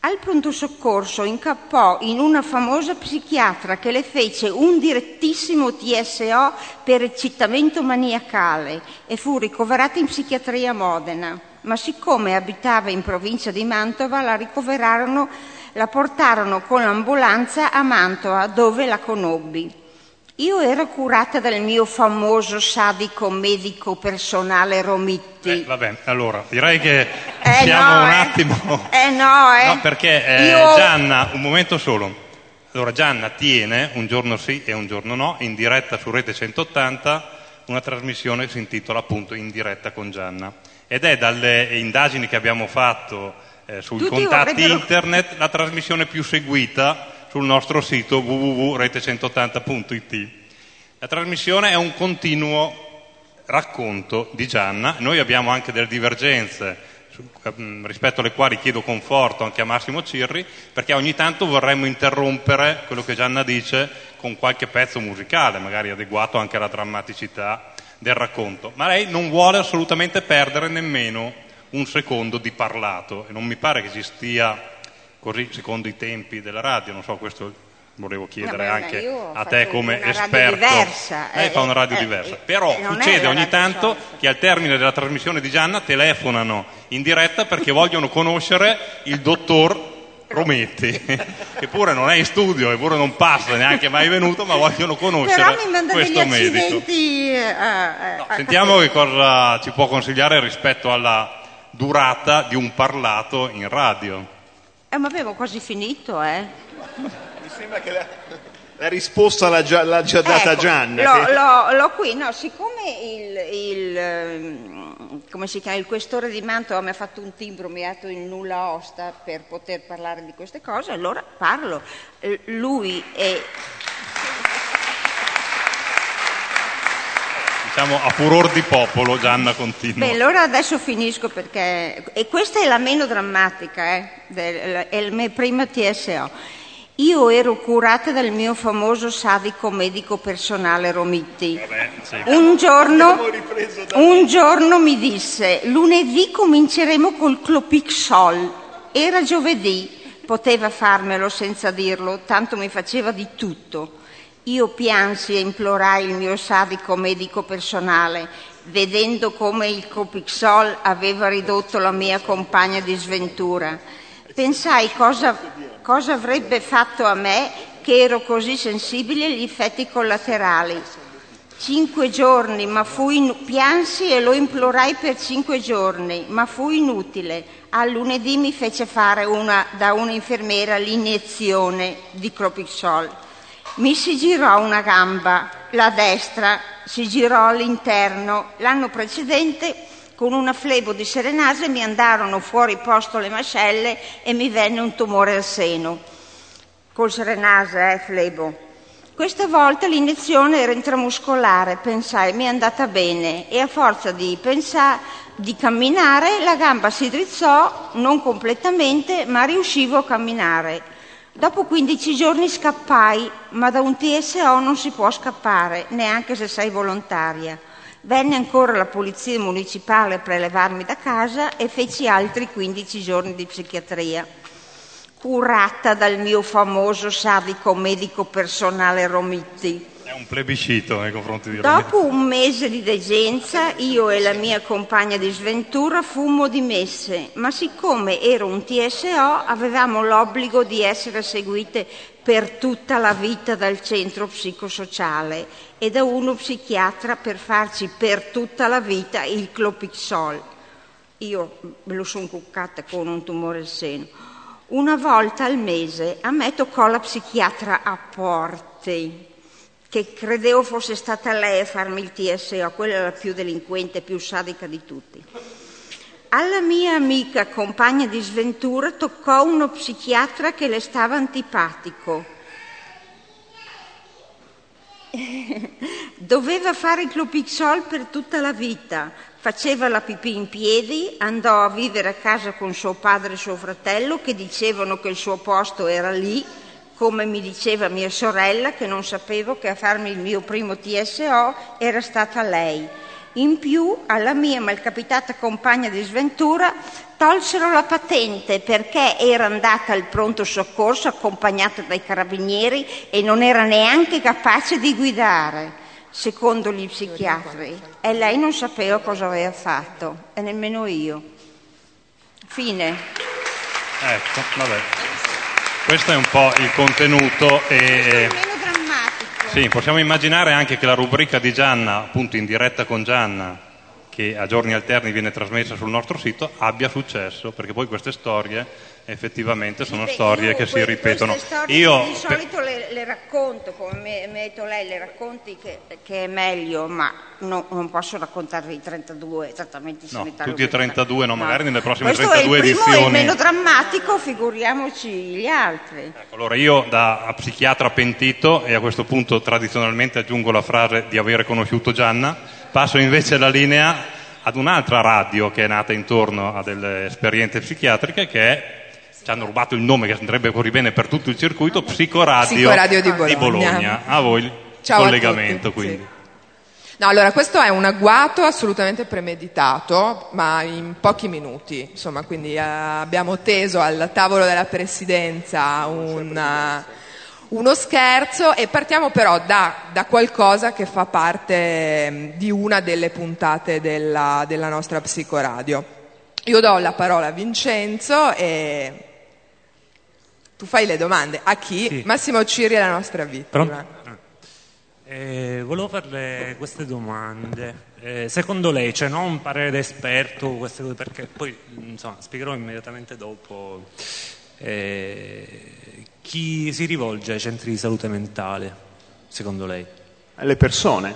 Al pronto soccorso incappò in una famosa psichiatra che le fece un direttissimo T S O per eccitamento maniacale e fu ricoverata in psichiatria a Modena. Ma siccome abitava in provincia di Mantova, la ricoverarono, la portarono con l'ambulanza a Mantova, dove la conobbi. Io ero curata dal mio famoso sadico medico personale Romitti. Eh, vabbè, allora, direi che Eh, siamo no, un eh. attimo... Eh no, eh. No, perché eh, Io- Gianna, un momento solo. Allora, Gianna tiene, un giorno sì e un giorno no, in diretta su Rete centottanta, una trasmissione che si intitola appunto In diretta con Gianna. Ed è dalle indagini che abbiamo fatto eh, sui Tutti contatti vorrebbero- internet la trasmissione più seguita sul nostro sito w w w punto rete centottanta punto i t. La trasmissione è un continuo racconto di Gianna. Noi abbiamo anche delle divergenze su- ehm, rispetto alle quali chiedo conforto anche a Massimo Cirri, perché ogni tanto vorremmo interrompere quello che Gianna dice con qualche pezzo musicale, magari adeguato anche alla drammaticità del racconto. Ma lei non vuole assolutamente perdere nemmeno un secondo di parlato, e non mi pare che ci stia così secondo i tempi della radio. Non so, questo volevo chiedere No, beh, anche io a te faccio come una radio esperto. diversa, Lei eh, fa una radio eh, diversa, eh, però non è succede la ogni radio tanto solita. che al termine della trasmissione di Gianna telefonano in diretta perché vogliono conoscere il dottor Rometti, che pure non è in studio, eppure non passa, neanche mai venuto, ma vogliono conoscere Però mi manda degli questo medico. accidenti. eh, eh, a Sentiamo che cosa ci può consigliare rispetto alla durata di un parlato in radio. Eh, ma avevo quasi finito, eh. Mi sembra che la, la risposta l'ha già, l'ha già data Ecco, Gianna. L'ho, che- l'ho- l'ho qui, no, siccome il, il, ehm, come si chiama, il questore di Mantova mi ha fatto un timbro, mi ha dato il nulla osta per poter parlare di queste cose, allora parlo. Eh, Lui è... Diciamo a furor di popolo, Gianna continua. Beh, allora adesso finisco perché... E questa è la meno drammatica, eh, del- è il mio primo T S O. Io ero curata dal mio famoso sadico medico personale Romitti. Un giorno, un giorno mi disse: lunedì cominceremo col Clopixol. Era giovedì, poteva farmelo senza dirlo, tanto mi faceva di tutto. Io piansi e implorai il mio sadico medico personale, vedendo come il Clopixol aveva ridotto la mia compagna di sventura. Pensai cosa, cosa avrebbe fatto a me, che ero così sensibile agli effetti collaterali. Cinque giorni, ma fu in... piansi e lo implorai per cinque giorni, ma fu inutile. Al lunedì mi fece fare una, da un'infermiera l'iniezione di Clopixol. Mi si girò una gamba, la destra, si girò all'interno. L'anno precedente, con una flebo di serenase, mi andarono fuori posto le mascelle e mi venne un tumore al seno. Col serenase, eh, flebo. Questa volta l'iniezione era intramuscolare, pensai, mi è andata bene, e a forza di pensare, di camminare, la gamba si drizzò, non completamente, ma riuscivo a camminare. Dopo quindici giorni scappai, ma da un T S O non si può scappare, neanche se sei volontaria. Venne ancora la polizia municipale a prelevarmi da casa e feci altri quindici giorni di psichiatria, curata dal mio famoso sadico medico personale Romitti. È un plebiscito nei confronti di Rometti. Dopo un mese di degenza, io e la mia compagna di sventura fummo dimesse, ma siccome ero un T S O avevamo l'obbligo di essere seguite per tutta la vita dal centro psicosociale e da uno psichiatra per farci per tutta la vita il Clopixol. Io me lo sono cuccata con un tumore al seno. Una volta al mese a me toccò la psichiatra a Porte, che credevo fosse stata lei a farmi il T S O, quella era la più delinquente, più sadica di tutti. Alla mia amica compagna di sventura toccò uno psichiatra che le stava antipatico. Doveva fare il Clopixol per tutta la vita, faceva la pipì in piedi, andò a vivere a casa con suo padre e suo fratello che dicevano che il suo posto era lì, come mi diceva mia sorella, che non sapevo che a farmi il mio primo T S O era stata lei. In più, alla mia malcapitata compagna di sventura tolsero la patente perché era andata al pronto soccorso accompagnata dai carabinieri e non era neanche capace di guidare, secondo gli psichiatri. E lei non sapeva cosa aveva fatto, e nemmeno io. Fine. Ecco, vabbè. Questo è un po' il contenuto e... Sì, possiamo immaginare anche che la rubrica di Gianna, appunto in diretta con Gianna, che a giorni alterni viene trasmessa sul nostro sito, abbia successo, perché poi queste storie effettivamente sono Beh, storie io che si que- ripetono. Queste storie Io di solito le, le racconto, come mi ha detto lei, le racconti che, che è meglio, ma no, non posso raccontarvi i trentadue trattamenti no, sanitari. tutti e trentadue, no, magari nelle prossime Questo trentadue è il primo edizioni. e il meno drammatico, figuriamoci gli altri. Allora io da psichiatra pentito, e a questo punto tradizionalmente aggiungo la frase di avere conosciuto Gianna, passo invece la linea ad un'altra radio che è nata intorno a delle esperienze psichiatriche, che è, ci hanno rubato il nome che andrebbe così bene per tutto il circuito, Psicoradio, Psicoradio di Bologna. di Bologna. A voi il Ciao collegamento, a tutti, quindi. sì. No, allora questo è un agguato assolutamente premeditato, ma in pochi minuti, insomma, quindi eh, abbiamo teso al tavolo della presidenza un, uh, uno scherzo e partiamo però da, da qualcosa che fa parte um, di una delle puntate della, della nostra Psicoradio. Io do la parola a Vincenzo e tu fai le domande. A chi? Sì. Massimo Cirri è la nostra vittima. Pronto? Eh, volevo farle queste domande. Eh, secondo lei c'è no, un parere da esperto, queste cose, perché poi insomma, spiegherò immediatamente dopo. Eh, chi si rivolge ai centri di salute mentale, secondo lei? Le persone.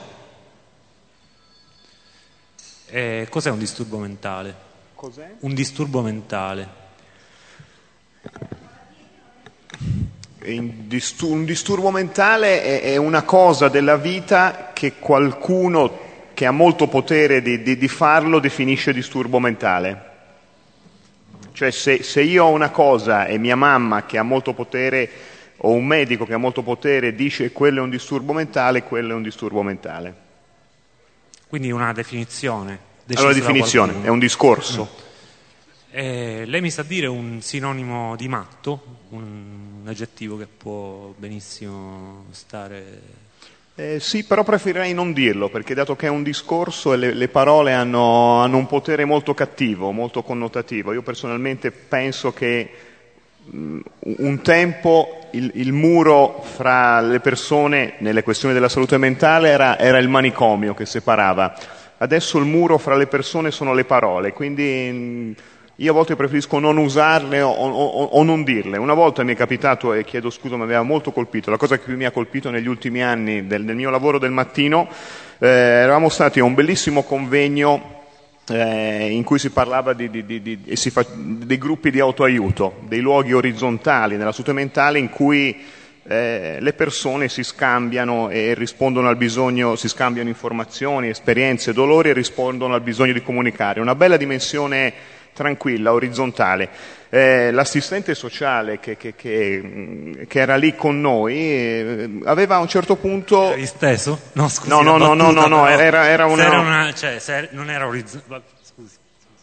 Eh, cos'è un disturbo mentale? Cos'è? Un disturbo mentale. Un disturbo mentale è, è una cosa della vita che qualcuno che ha molto potere di, di, di farlo definisce disturbo mentale. Cioè se, se io ho una cosa e mia mamma che ha molto potere o un medico che ha molto potere dice quello è un disturbo mentale, quello è un disturbo mentale. Quindi una definizione. Allora definizione, è un discorso. Mm. Eh, lei mi sa dire un sinonimo di matto, un, un aggettivo che può benissimo stare... Eh, sì, però preferirei non dirlo, perché dato che è un discorso e le, le parole hanno, hanno un potere molto cattivo, molto connotativo. Io personalmente penso che mh, un tempo il, il muro fra le persone nelle questioni della salute mentale era, era il manicomio che separava. Adesso il muro fra le persone sono le parole, quindi... Mh, io a volte preferisco non usarle o, o, o non dirle. Una volta mi è capitato, e chiedo scusa, mi aveva molto colpito, la cosa che più mi ha colpito negli ultimi anni del, del mio lavoro del mattino, eh, eravamo stati a un bellissimo convegno eh, in cui si parlava di, di, di, di, e si fa, dei gruppi di autoaiuto, dei luoghi orizzontali nella salute mentale in cui eh, le persone si scambiano e rispondono al bisogno, si scambiano informazioni, esperienze, dolori e rispondono al bisogno di comunicare. Una bella dimensione tranquilla, orizzontale. Eh, l'assistente sociale che, che, che, che era lì con noi eh, aveva a un certo punto... Eri steso? No, scusi, no, no, no, no, no, no, era, era una... Se era una... Cioè, se non era orizzontale... Scusi.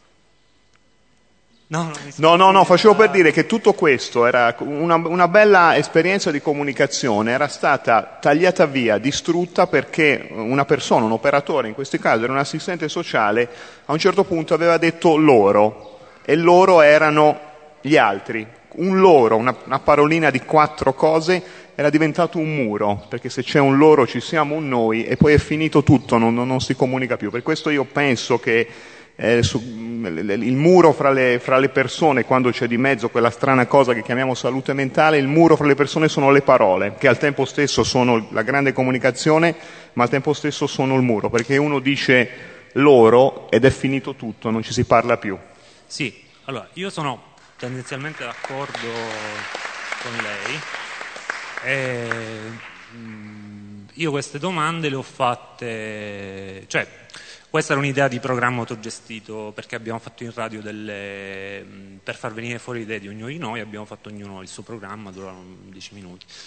No, no, no, no, no, facevo per dire che tutto questo era una, una bella esperienza di comunicazione, era stata tagliata via, distrutta perché una persona, un operatore, in questo caso era un assistente sociale, a un certo punto aveva detto loro, e loro erano gli altri. Un loro, una, una parolina di quattro cose, era diventato un muro, perché se c'è un loro ci siamo un noi, e poi è finito tutto, non, non, non si comunica più. Per questo io penso che Eh, su, il muro fra le, fra le persone, quando c'è di mezzo quella strana cosa che chiamiamo salute mentale, il muro fra le persone sono le parole, che al tempo stesso sono la grande comunicazione, ma al tempo stesso sono il muro, perché uno dice loro ed è finito tutto, non ci si parla più. Sì, allora io sono tendenzialmente d'accordo con lei. E, mh, io queste domande le ho fatte, cioè questa era un'idea di programma autogestito, perché abbiamo fatto in radio delle, per far venire fuori le idee di ognuno di noi, abbiamo fatto ognuno il suo programma, durano dieci minuti.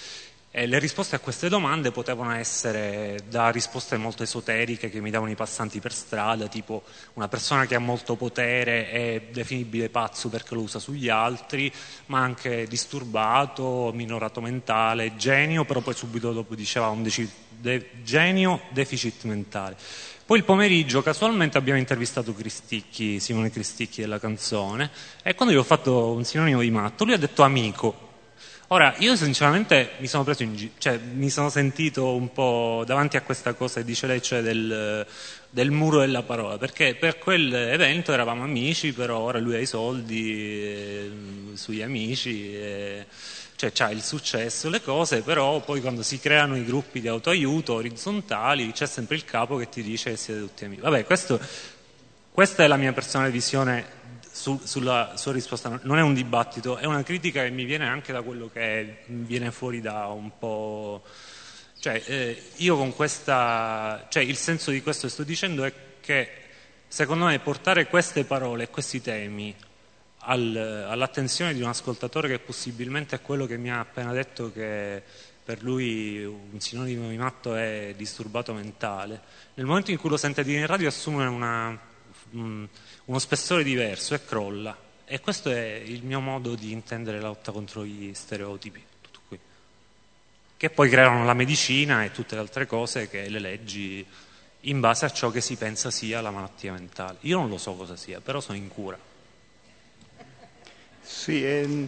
E le risposte a queste domande potevano essere da risposte molto esoteriche che mi davano i passanti per strada, tipo una persona che ha molto potere è definibile pazzo perché lo usa sugli altri, ma anche disturbato, minorato mentale, genio, però poi subito dopo diceva un deci- de- genio, deficit mentale. Poi il pomeriggio casualmente abbiamo intervistato Cristicchi, Simone Cristicchi della Canzone, e quando gli ho fatto un sinonimo di matto lui ha detto amico. Ora, io sinceramente mi sono preso in giro, cioè mi sono sentito un po' davanti a questa cosa che dice lei, cioè del, del muro della parola, perché per quell'evento eravamo amici, però ora lui ha i soldi, eh, sugli amici, eh, cioè c'ha il successo, le cose, però poi quando si creano i gruppi di autoaiuto orizzontali c'è sempre il capo che ti dice che siete tutti amici. Vabbè, questo, questa è la mia personale visione Su, sulla sua risposta. Non è un dibattito, è una critica che mi viene anche da quello che viene fuori da un po', cioè eh, io con questa, cioè il senso di questo che sto dicendo è che secondo me portare queste parole e questi temi al, all'attenzione di un ascoltatore che possibilmente è quello che mi ha appena detto che per lui un sinonimo di matto è disturbato mentale, nel momento in cui lo sente dire in radio assume una mh, uno spessore diverso e crolla, e questo è il mio modo di intendere la lotta contro gli stereotipi, tutto qui, che poi creano la medicina e tutte le altre cose che le leggi in base a ciò che si pensa sia la malattia mentale. Io non lo so cosa sia, però sono in cura. Sì, ehm...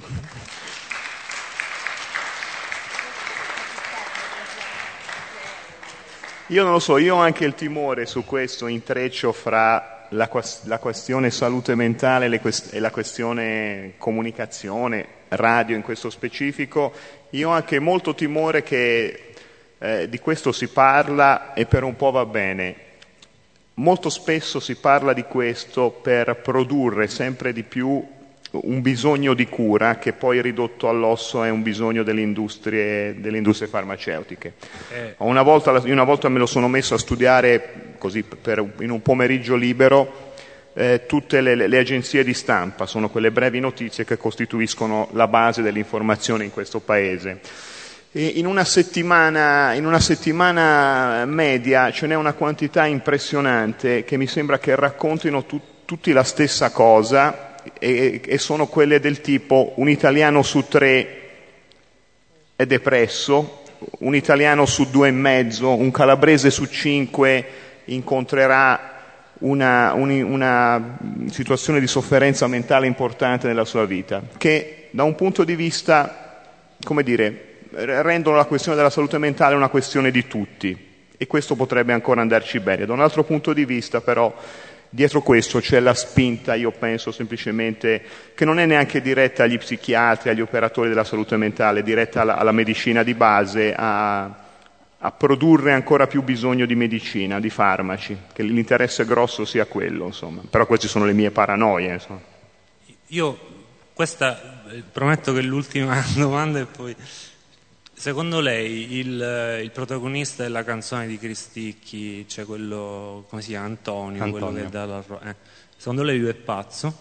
io non lo so, io ho anche il timore su questo intreccio fra La, la questione salute mentale e la questione comunicazione, radio in questo specifico. Io ho anche molto timore che eh, di questo si parla e per un po' va bene. Molto spesso si parla di questo per produrre sempre di più un bisogno di cura che poi ridotto all'osso è un bisogno delle industrie, delle industrie farmaceutiche. Eh. Una volta, una volta me lo sono messo a studiare così per, in un pomeriggio libero eh, tutte le, le agenzie di stampa, sono quelle brevi notizie che costituiscono la base dell'informazione in questo paese. E in una settimana, in una settimana media ce n'è una quantità impressionante che mi sembra che raccontino tu, tutti la stessa cosa, e, e sono quelle del tipo: un italiano su tre è depresso, un italiano su due e mezzo, un calabrese su cinque incontrerà una, un, una situazione di sofferenza mentale importante nella sua vita, che da un punto di vista, come dire, rendono la questione della salute mentale una questione di tutti, e questo potrebbe ancora andarci bene. Da un altro punto di vista però dietro questo c'è la spinta, io penso semplicemente, che non è neanche diretta agli psichiatri, agli operatori della salute mentale, è diretta alla, alla medicina di base, a, a produrre ancora più bisogno di medicina, di farmaci, che l'interesse grosso sia quello, insomma. Però queste sono le mie paranoie, insomma. Io, questa, prometto che è l'ultima domanda e poi... Secondo lei il, il protagonista della canzone di Cristicchi, cioè quello, come si chiama, Antonio, Antonio. quello che dà la, eh, secondo lei lui è pazzo?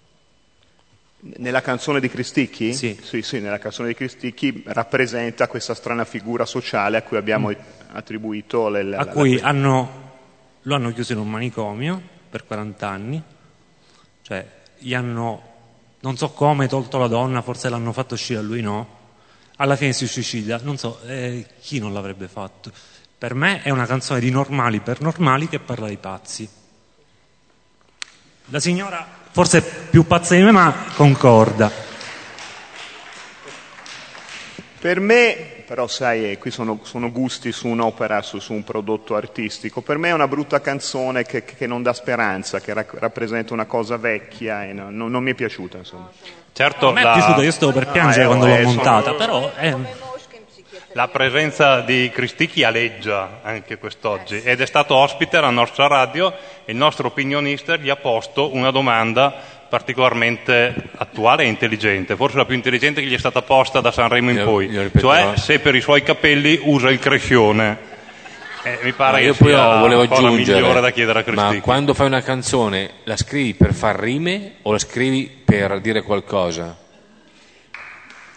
Nella canzone di Cristicchi? Sì. Sì, sì, nella canzone di Cristicchi rappresenta questa strana figura sociale a cui abbiamo mm. attribuito... Le, la, a la, cui la... hanno, lo hanno chiuso in un manicomio per quaranta anni, cioè gli hanno, non so come, tolto la donna, forse l'hanno fatto uscire, a lui no. Alla fine si suicida, non so, eh, chi non l'avrebbe fatto? Per me è una canzone di normali per normali che parla di pazzi. La signora forse è più pazza di me, ma concorda. Per me, però sai, eh, qui sono, sono gusti su un'opera, su, su un prodotto artistico, per me è una brutta canzone che, che non dà speranza, che ra- rappresenta una cosa vecchia e no, no, non mi è piaciuta, insomma. Certo, a me la... è piaciuto, io stavo per piangere no, quando eh, l'ho montata, sono... però... Eh... La presenza di Cristicchi aleggia anche quest'oggi, ed è stato ospite alla nostra radio e il nostro opinionista gli ha posto una domanda particolarmente attuale e intelligente, forse la più intelligente che gli è stata posta da Sanremo in io, poi, io cioè se per i suoi capelli usa il crescione. Eh, mi pare ma che io poi sia volevo la cosa aggiungere, migliore da chiedere a Cristicchi. Ma quando fai una canzone la scrivi per far rime o la scrivi per dire qualcosa?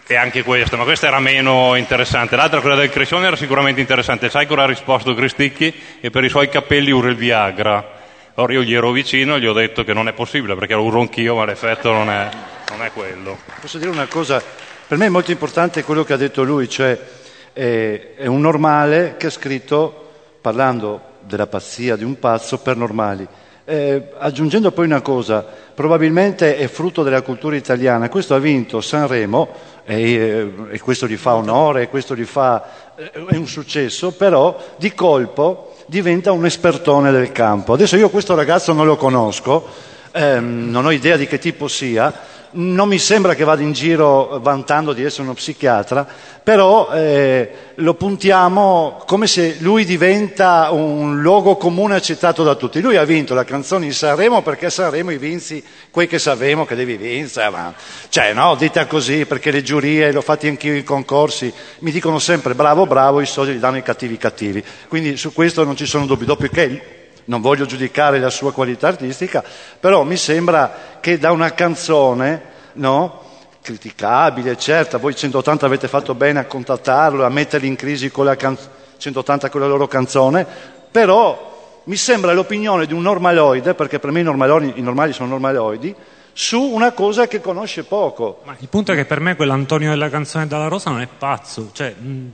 E anche questa, ma questa era meno interessante. L'altra, quella del Crescione, era sicuramente interessante. Sai cosa ha risposto Cristicchi? Che per i suoi capelli usa il Viagra. Ora io gli ero vicino e gli ho detto che non è possibile perché lo uso anch'io, ma l'effetto non è, non è quello. Posso dire una cosa? Per me è molto importante quello che ha detto lui, cioè è, è un normale che ha scritto, parlando della pazzia di un pazzo, per normali. Eh, aggiungendo poi una cosa, probabilmente è frutto della cultura italiana. Questo ha vinto Sanremo e, eh, e questo gli fa onore, e questo gli fa eh, è un successo, però di colpo diventa un espertone del campo. Adesso io questo ragazzo non lo conosco, ehm, non ho idea di che tipo sia, non mi sembra che vada in giro vantando di essere uno psichiatra, però eh, lo puntiamo come se lui diventa un luogo comune accettato da tutti. Lui ha vinto la canzone in Sanremo perché a Sanremo i vinci quei che sapevamo che devi vincere, ma cioè no, dita così, perché le giurie, l'ho fatti anch'io i concorsi, mi dicono sempre bravo bravo, i soldi li danno i cattivi cattivi, quindi su questo non ci sono dubbi. Dopodiché non voglio giudicare la sua qualità artistica, però mi sembra che da una canzone, no, criticabile, certo, voi centottanta avete fatto bene a contattarlo, a metterli in crisi con la can- centottanta con la loro canzone, però mi sembra l'opinione di un normaloide, perché per me i normali, i normali sono normaloidi, su una cosa che conosce poco. Ma il punto è che per me quell'Antonio della canzone Dalla Rosa non è pazzo, cioè... Mh...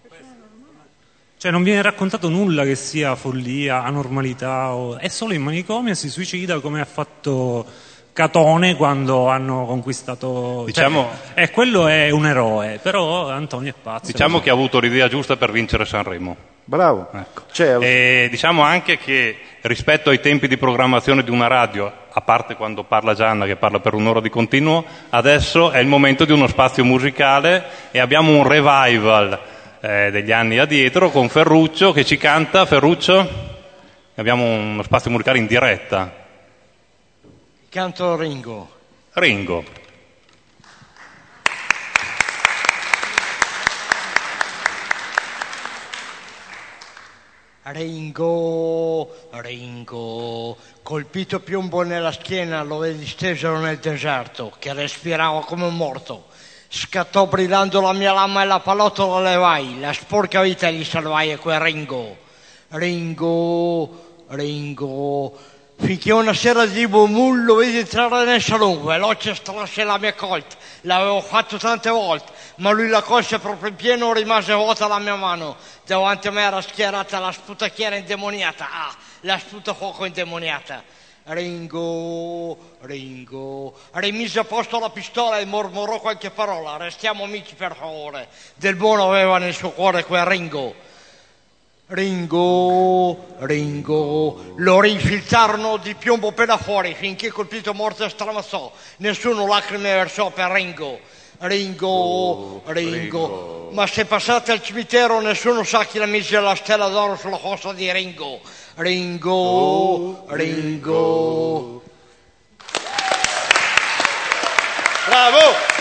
Cioè non viene raccontato nulla che sia follia, anormalità, o... è solo in manicomio e si suicida come ha fatto Catone quando hanno conquistato... Diciamo... Cioè, eh, quello è un eroe, però Antonio è pazzo. Diciamo che ha avuto l'idea giusta per vincere Sanremo. Bravo. Ecco. Cioè... E diciamo anche che rispetto ai tempi di programmazione di una radio, a parte quando parla Gianna che parla per un'ora di continuo, adesso è il momento di uno spazio musicale e abbiamo un revival Eh, degli anni addietro con Ferruccio che ci canta. Ferruccio, abbiamo uno spazio musicale in diretta. Canto Ringo. Ringo. Ringo, Ringo, colpito piombo nella schiena, lo vedi steso nel deserto, che respirava come un morto. Scattò brillando la mia lama e la palottola levai, la sporca vita gli salvai a quel Ringo. Ringo, Ringo, finché una sera di buon lo vedi entrare nel salone, veloce strasse la mia colt, l'avevo fatto tante volte, ma lui la colse proprio in pieno, rimase vuota la mia mano, davanti a me era schierata la sputacchiera indemoniata, ah, la sputafuoco indemoniata. Ringo, Ringo, rimise a posto la pistola e mormorò qualche parola. Restiamo amici per favore. Del buono aveva nel suo cuore quel Ringo. Ringo, Ringo, lo rinfilzarono di piombo appena fuori finché colpito morto stramazzò. Nessuno lacrime versò per Ringo. Ringo, Ringo, ma se passate al cimitero nessuno sa chi la mise la stella d'oro sulla fossa di Ringo. Ringo, Ringo. Bravo!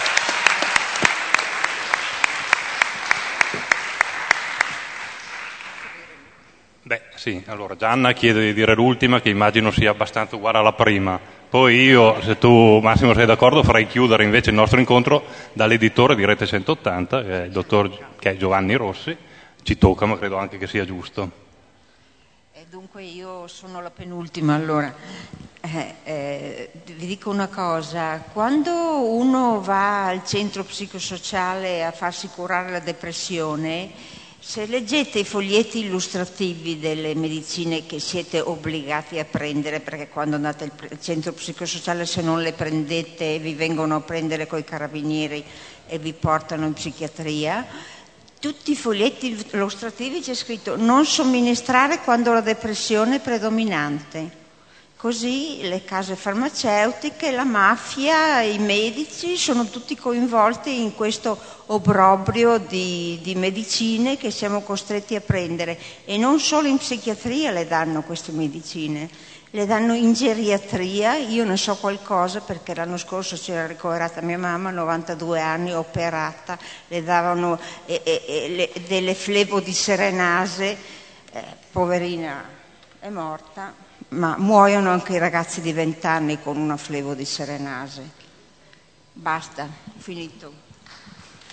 Beh, sì, allora Gianna chiede di dire l'ultima, che immagino sia abbastanza uguale alla prima. Poi io, se tu Massimo sei d'accordo, farei chiudere invece il nostro incontro dall'editore di Rete centottanta, che è il dottor che è Giovanni Rossi. Ci tocca, ma credo anche che sia giusto. E dunque io sono la penultima, allora. Eh, eh, vi dico una cosa, quando uno va al centro psicosociale a farsi curare la depressione, se leggete i foglietti illustrativi delle medicine che siete obbligati a prendere, perché quando andate al centro psicosociale se non le prendete vi vengono a prendere coi carabinieri e vi portano in psichiatria, tutti i foglietti illustrativi c'è scritto non somministrare quando la depressione è predominante. Così le case farmaceutiche, la mafia, i medici sono tutti coinvolti in questo obbrobrio di, di medicine che siamo costretti a prendere, e non solo in psichiatria le danno queste medicine, le danno in geriatria. Io ne so qualcosa perché l'anno scorso c'era ricoverata mia mamma, novantadue anni, operata, le davano eh, eh, le, delle flebodiserenase, eh, poverina è morta. Ma muoiono anche i ragazzi di vent'anni con una flebodiserenase. Basta, ho finito.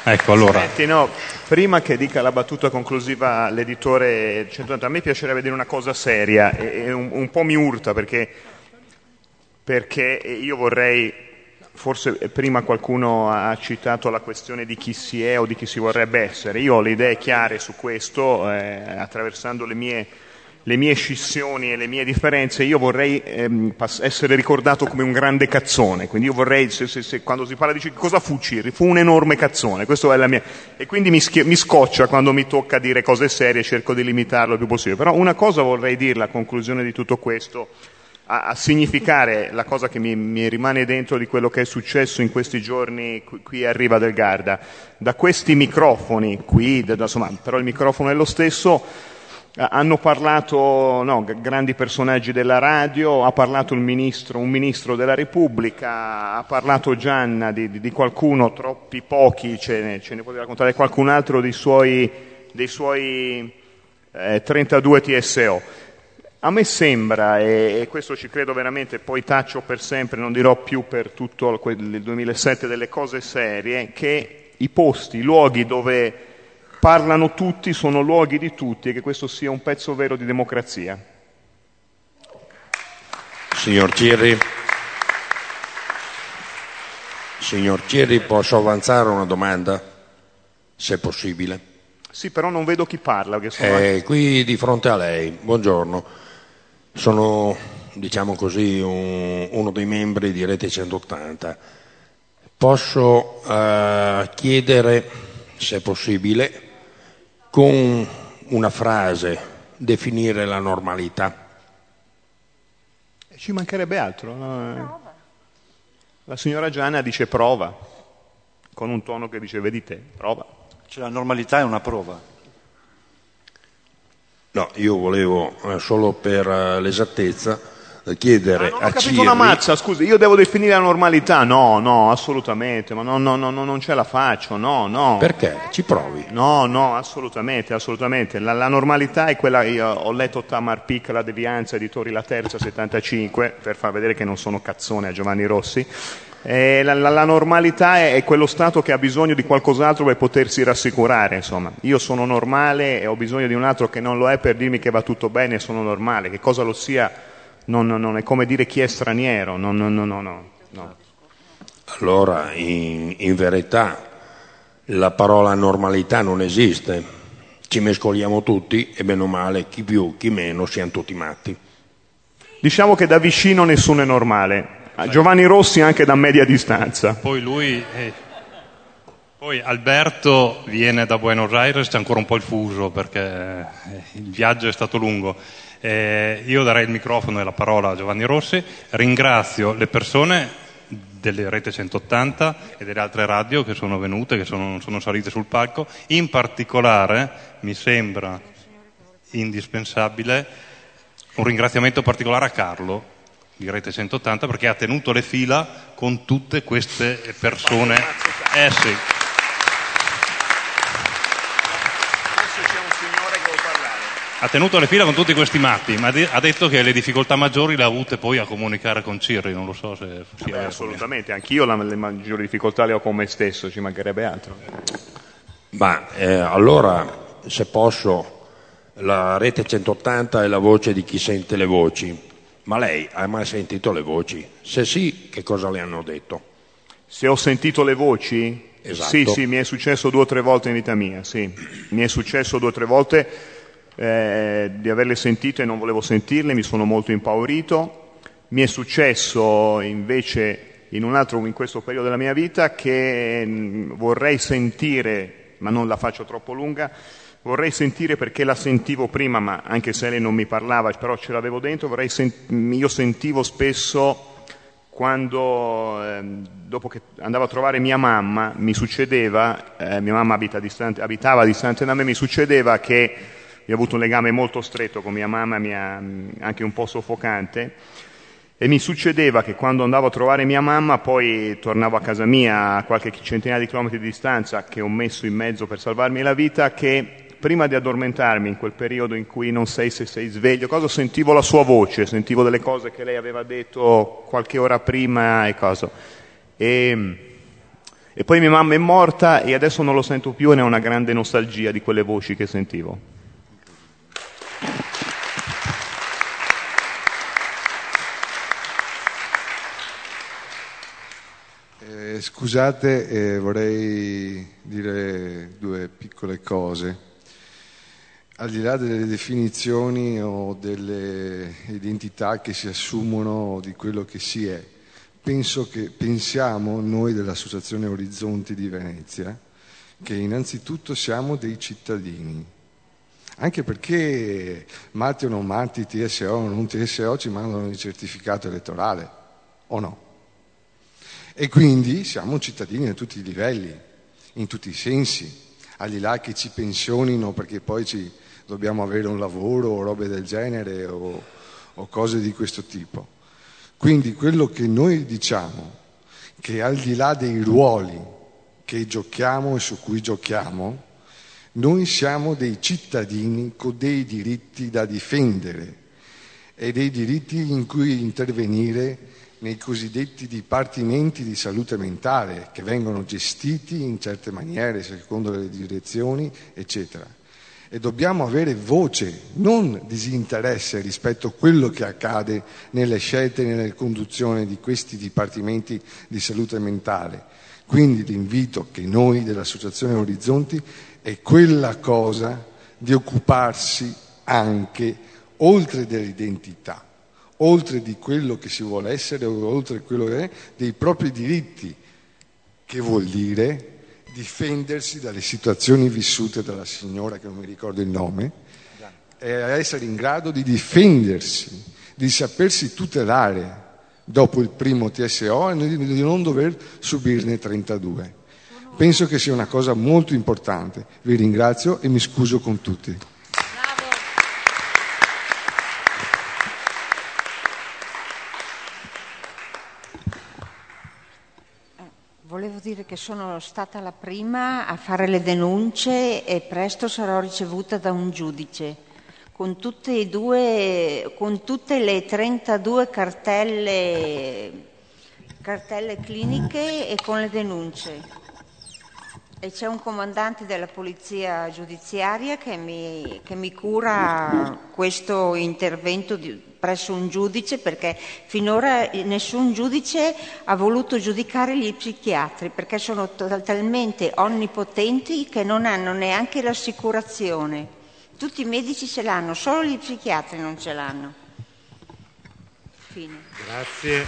Ecco, allora. Senti, no, prima che dica la battuta conclusiva l'editore centottanta, a me piacerebbe dire una cosa seria e, e un, un po' mi urta perché, perché io vorrei, forse prima qualcuno ha citato la questione di chi si è o di chi si vorrebbe essere. Io ho le idee chiare su questo, eh, attraversando le mie, le mie scissioni e le mie differenze. Io vorrei ehm, pass- essere ricordato come un grande cazzone, quindi io vorrei, se, se, se, quando si parla di cosa fu Cirri, fu un enorme cazzone, questo è la mia, e quindi mi, schie- mi scoccia quando mi tocca dire cose serie, cerco di limitarlo il più possibile. Però una cosa vorrei dirla a conclusione di tutto questo, a, a significare la cosa che mi, mi rimane dentro di quello che è successo in questi giorni qui, qui a Riva del Garda. Da questi microfoni qui, da, insomma, però il microfono è lo stesso, hanno parlato no, grandi personaggi della radio, ha parlato il ministro, un ministro della Repubblica, ha parlato Gianna di, di, di qualcuno, troppi pochi, ce ne, ce ne poteva raccontare qualcun altro dei suoi, dei suoi eh, trentadue T S O. A me sembra, e, e questo ci credo veramente, poi taccio per sempre, non dirò più per tutto il duemilasette delle cose serie, che i posti, i luoghi dove parlano tutti sono luoghi di tutti e che questo sia un pezzo vero di democrazia. Signor Cirri, signor Cirri, posso avanzare una domanda, se è possibile? Sì, però non vedo chi parla. Che sono eh, qui di fronte a lei, buongiorno, sono, diciamo così, un, uno dei membri di Rete centottanta. Posso uh, chiedere, se è possibile, con una frase definire la normalità? Ci mancherebbe altro. No? La signora Gianna dice prova, con un tono che dice vedi te, prova. Cioè la normalità è una prova. No, io volevo eh, solo per uh, l'esattezza chiedere ah, non a ho capito Cirri... una mazza, scusi, io devo definire la normalità? No, no, assolutamente, ma no, no, no, no, non ce la faccio, no, no. Perché? Ci provi. No, no, assolutamente, assolutamente. La, la normalità è quella, io ho letto Tamar Pic, La devianza, editori La Terza, settantacinque, per far vedere che non sono cazzone a Giovanni Rossi. E la, la, la normalità è, è quello stato che ha bisogno di qualcos'altro per potersi rassicurare, insomma. Io sono normale e ho bisogno di un altro che non lo è per dirmi che va tutto bene e sono normale, che cosa lo sia. Non, non è come dire chi è straniero, no, no, no, no, no. Allora, in, in verità, la parola normalità non esiste. Ci mescoliamo tutti e bene o male, chi più, chi meno, siamo tutti matti. Diciamo che da vicino nessuno è normale. Giovanni Rossi anche da media distanza. Poi lui... Eh, poi Alberto viene da Buenos Aires, c'è ancora un po' il fuso perché il viaggio è stato lungo. Eh, io darei il microfono e la parola a Giovanni Rossi, ringrazio le persone delle Rete centottanta e delle altre radio che sono venute, che sono, sono salite sul palco, in particolare mi sembra indispensabile un ringraziamento particolare a Carlo di Rete centottanta perché ha tenuto le fila con tutte queste persone. Eh sì. Ha tenuto le fila con tutti questi matti, ma ha detto che le difficoltà maggiori le ha avute poi a comunicare con Cirri, non lo so se sia Beh, assolutamente, anch'io la, le maggiori difficoltà le ho con me stesso, ci mancherebbe altro. Ma eh, allora, se posso, la Rete centottanta è la voce di chi sente le voci, ma lei ha mai sentito le voci? Se sì, che cosa le hanno detto? Se ho sentito le voci? Esatto. Sì, sì, mi è successo due o tre volte in vita mia, sì. Mi è successo due o tre volte eh, di averle sentite e non volevo sentirle, mi sono molto impaurito. Mi è successo invece in un altro, in questo periodo della mia vita, che mh, vorrei sentire, ma non la faccio troppo lunga, vorrei sentire perché la sentivo prima, ma anche se lei non mi parlava, però ce l'avevo dentro, vorrei sent- io sentivo spesso quando, eh, dopo che andavo a trovare mia mamma, mi succedeva, eh, mia mamma abita distante, abitava distante da me, mi succedeva che io ho avuto un legame molto stretto con mia mamma, mia, anche un po' soffocante, e mi succedeva che quando andavo a trovare mia mamma poi tornavo a casa mia a qualche centinaia di chilometri di distanza che ho messo in mezzo per salvarmi la vita, che prima di addormentarmi in quel periodo in cui non sai se sei sveglio, cosa, sentivo la sua voce, sentivo delle cose che lei aveva detto qualche ora prima e cosa. E, E poi mia mamma è morta e adesso non lo sento più e ne ho una grande nostalgia di quelle voci che sentivo. Eh, scusate, eh, vorrei dire due piccole cose. Al di là delle definizioni o delle identità che si assumono di quello che si è, penso che pensiamo noi dell'Associazione Orizzonti di Venezia che innanzitutto siamo dei cittadini, anche perché matti o non matti, T S O o non T S O ci mandano il certificato elettorale, o no? E quindi siamo cittadini a tutti i livelli, in tutti i sensi, al di là che ci pensionino perché poi ci dobbiamo avere un lavoro o robe del genere o, o cose di questo tipo. Quindi quello che noi diciamo, che al di là dei ruoli che giochiamo e su cui giochiamo, noi siamo dei cittadini con dei diritti da difendere e dei diritti in cui intervenire nei cosiddetti dipartimenti di salute mentale che vengono gestiti in certe maniere secondo le direzioni, eccetera. E dobbiamo avere voce, non disinteresse rispetto a quello che accade nelle scelte e nelle conduzioni di questi dipartimenti di salute mentale. Quindi l'invito che noi dell'Associazione Orizzonti è quella cosa di occuparsi anche, oltre dell'identità, oltre di quello che si vuole essere, oltre quello che è, dei propri diritti, che vuol dire difendersi dalle situazioni vissute dalla signora, che non mi ricordo il nome, e essere in grado di difendersi, di sapersi tutelare dopo il primo T S O e di non dover subirne trentadue. Penso che sia una cosa molto importante. Vi ringrazio e mi scuso con tutti. Volevo dire che sono stata la prima a fare le denunce e presto sarò ricevuta da un giudice con tutte, i due, con tutte le trentadue cartelle, cartelle cliniche e con le denunce. E c'è un comandante della polizia giudiziaria che mi, che mi cura questo intervento di, presso un giudice, perché finora nessun giudice ha voluto giudicare gli psichiatri perché sono to- talmente onnipotenti che non hanno neanche l'assicurazione. Tutti i medici ce l'hanno, solo gli psichiatri non ce l'hanno. Fine. Grazie.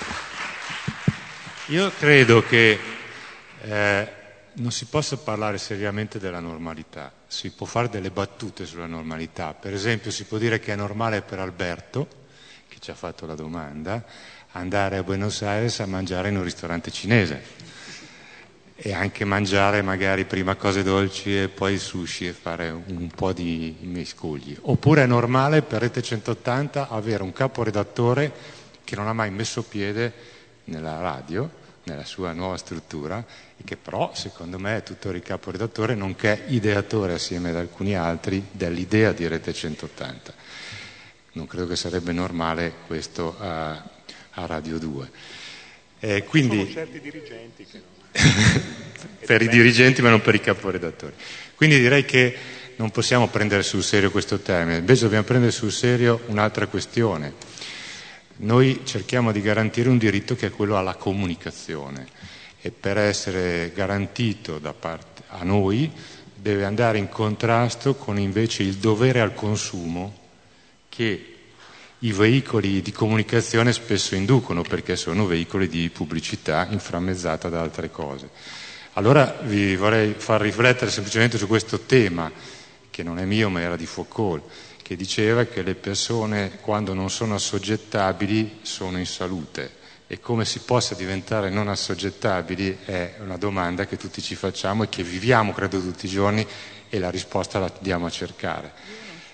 Io credo che eh, non si possa parlare seriamente della normalità, si può fare delle battute sulla normalità. Per esempio si può dire che è normale per Alberto, che ci ha fatto la domanda, andare a Buenos Aires a mangiare in un ristorante cinese e anche mangiare magari prima cose dolci e poi sushi e fare un po' di miscugli. Oppure è normale per Rete centottanta avere un caporedattore che non ha mai messo piede nella radio, nella sua nuova struttura, e che però secondo me è tuttora il caporedattore nonché ideatore assieme ad alcuni altri dell'idea di Rete centottanta. Non credo che sarebbe normale questo a, a Radio due. Eh, quindi, sono certi dirigenti che per i dirigenti ma non per i caporedattori. Quindi direi che non possiamo prendere sul serio questo termine, invece dobbiamo prendere sul serio un'altra questione. Noi cerchiamo di garantire un diritto che è quello alla comunicazione e per essere garantito da parte a noi deve andare in contrasto con invece il dovere al consumo che i veicoli di comunicazione spesso inducono, perché sono veicoli di pubblicità inframmezzata da altre cose. Allora vi vorrei far riflettere semplicemente su questo tema, che non è mio ma era di Foucault, che diceva che le persone quando non sono assoggettabili sono in salute, e come si possa diventare non assoggettabili è una domanda che tutti ci facciamo e che viviamo credo tutti i giorni, e la risposta la andiamo a cercare.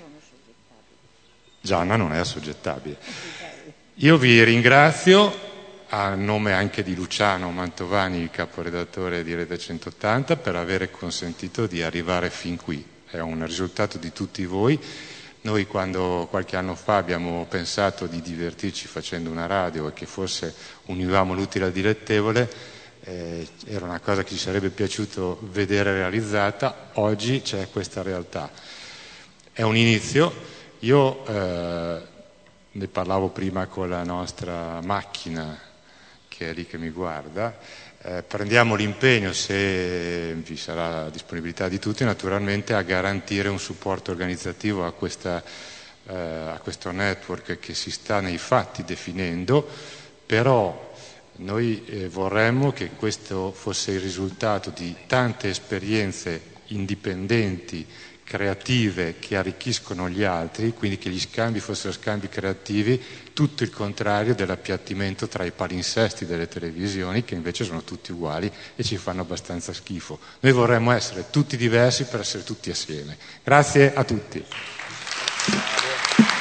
Gianna non è assoggettabile. Io vi ringrazio a nome anche di Luciano Mantovani, il caporedattore di Rete centottanta, per aver consentito di arrivare fin qui. È un risultato di tutti voi. Noi quando qualche anno fa abbiamo pensato di divertirci facendo una radio e che forse univamo l'utile al dilettevole, eh, era una cosa che ci sarebbe piaciuto vedere realizzata, oggi c'è questa realtà. È un inizio, io eh, ne parlavo prima con la nostra macchina, che è lì che mi guarda, eh, prendiamo l'impegno, se vi sarà disponibilità di tutti, naturalmente a garantire un supporto organizzativo a, questa, eh, a questo network che si sta nei fatti definendo, però noi eh, vorremmo che questo fosse il risultato di tante esperienze indipendenti, creative, che arricchiscono gli altri, quindi che gli scambi fossero scambi creativi, tutto il contrario dell'appiattimento tra i palinsesti delle televisioni, che invece sono tutti uguali e ci fanno abbastanza schifo. Noi vorremmo essere tutti diversi per essere tutti assieme. Grazie a tutti.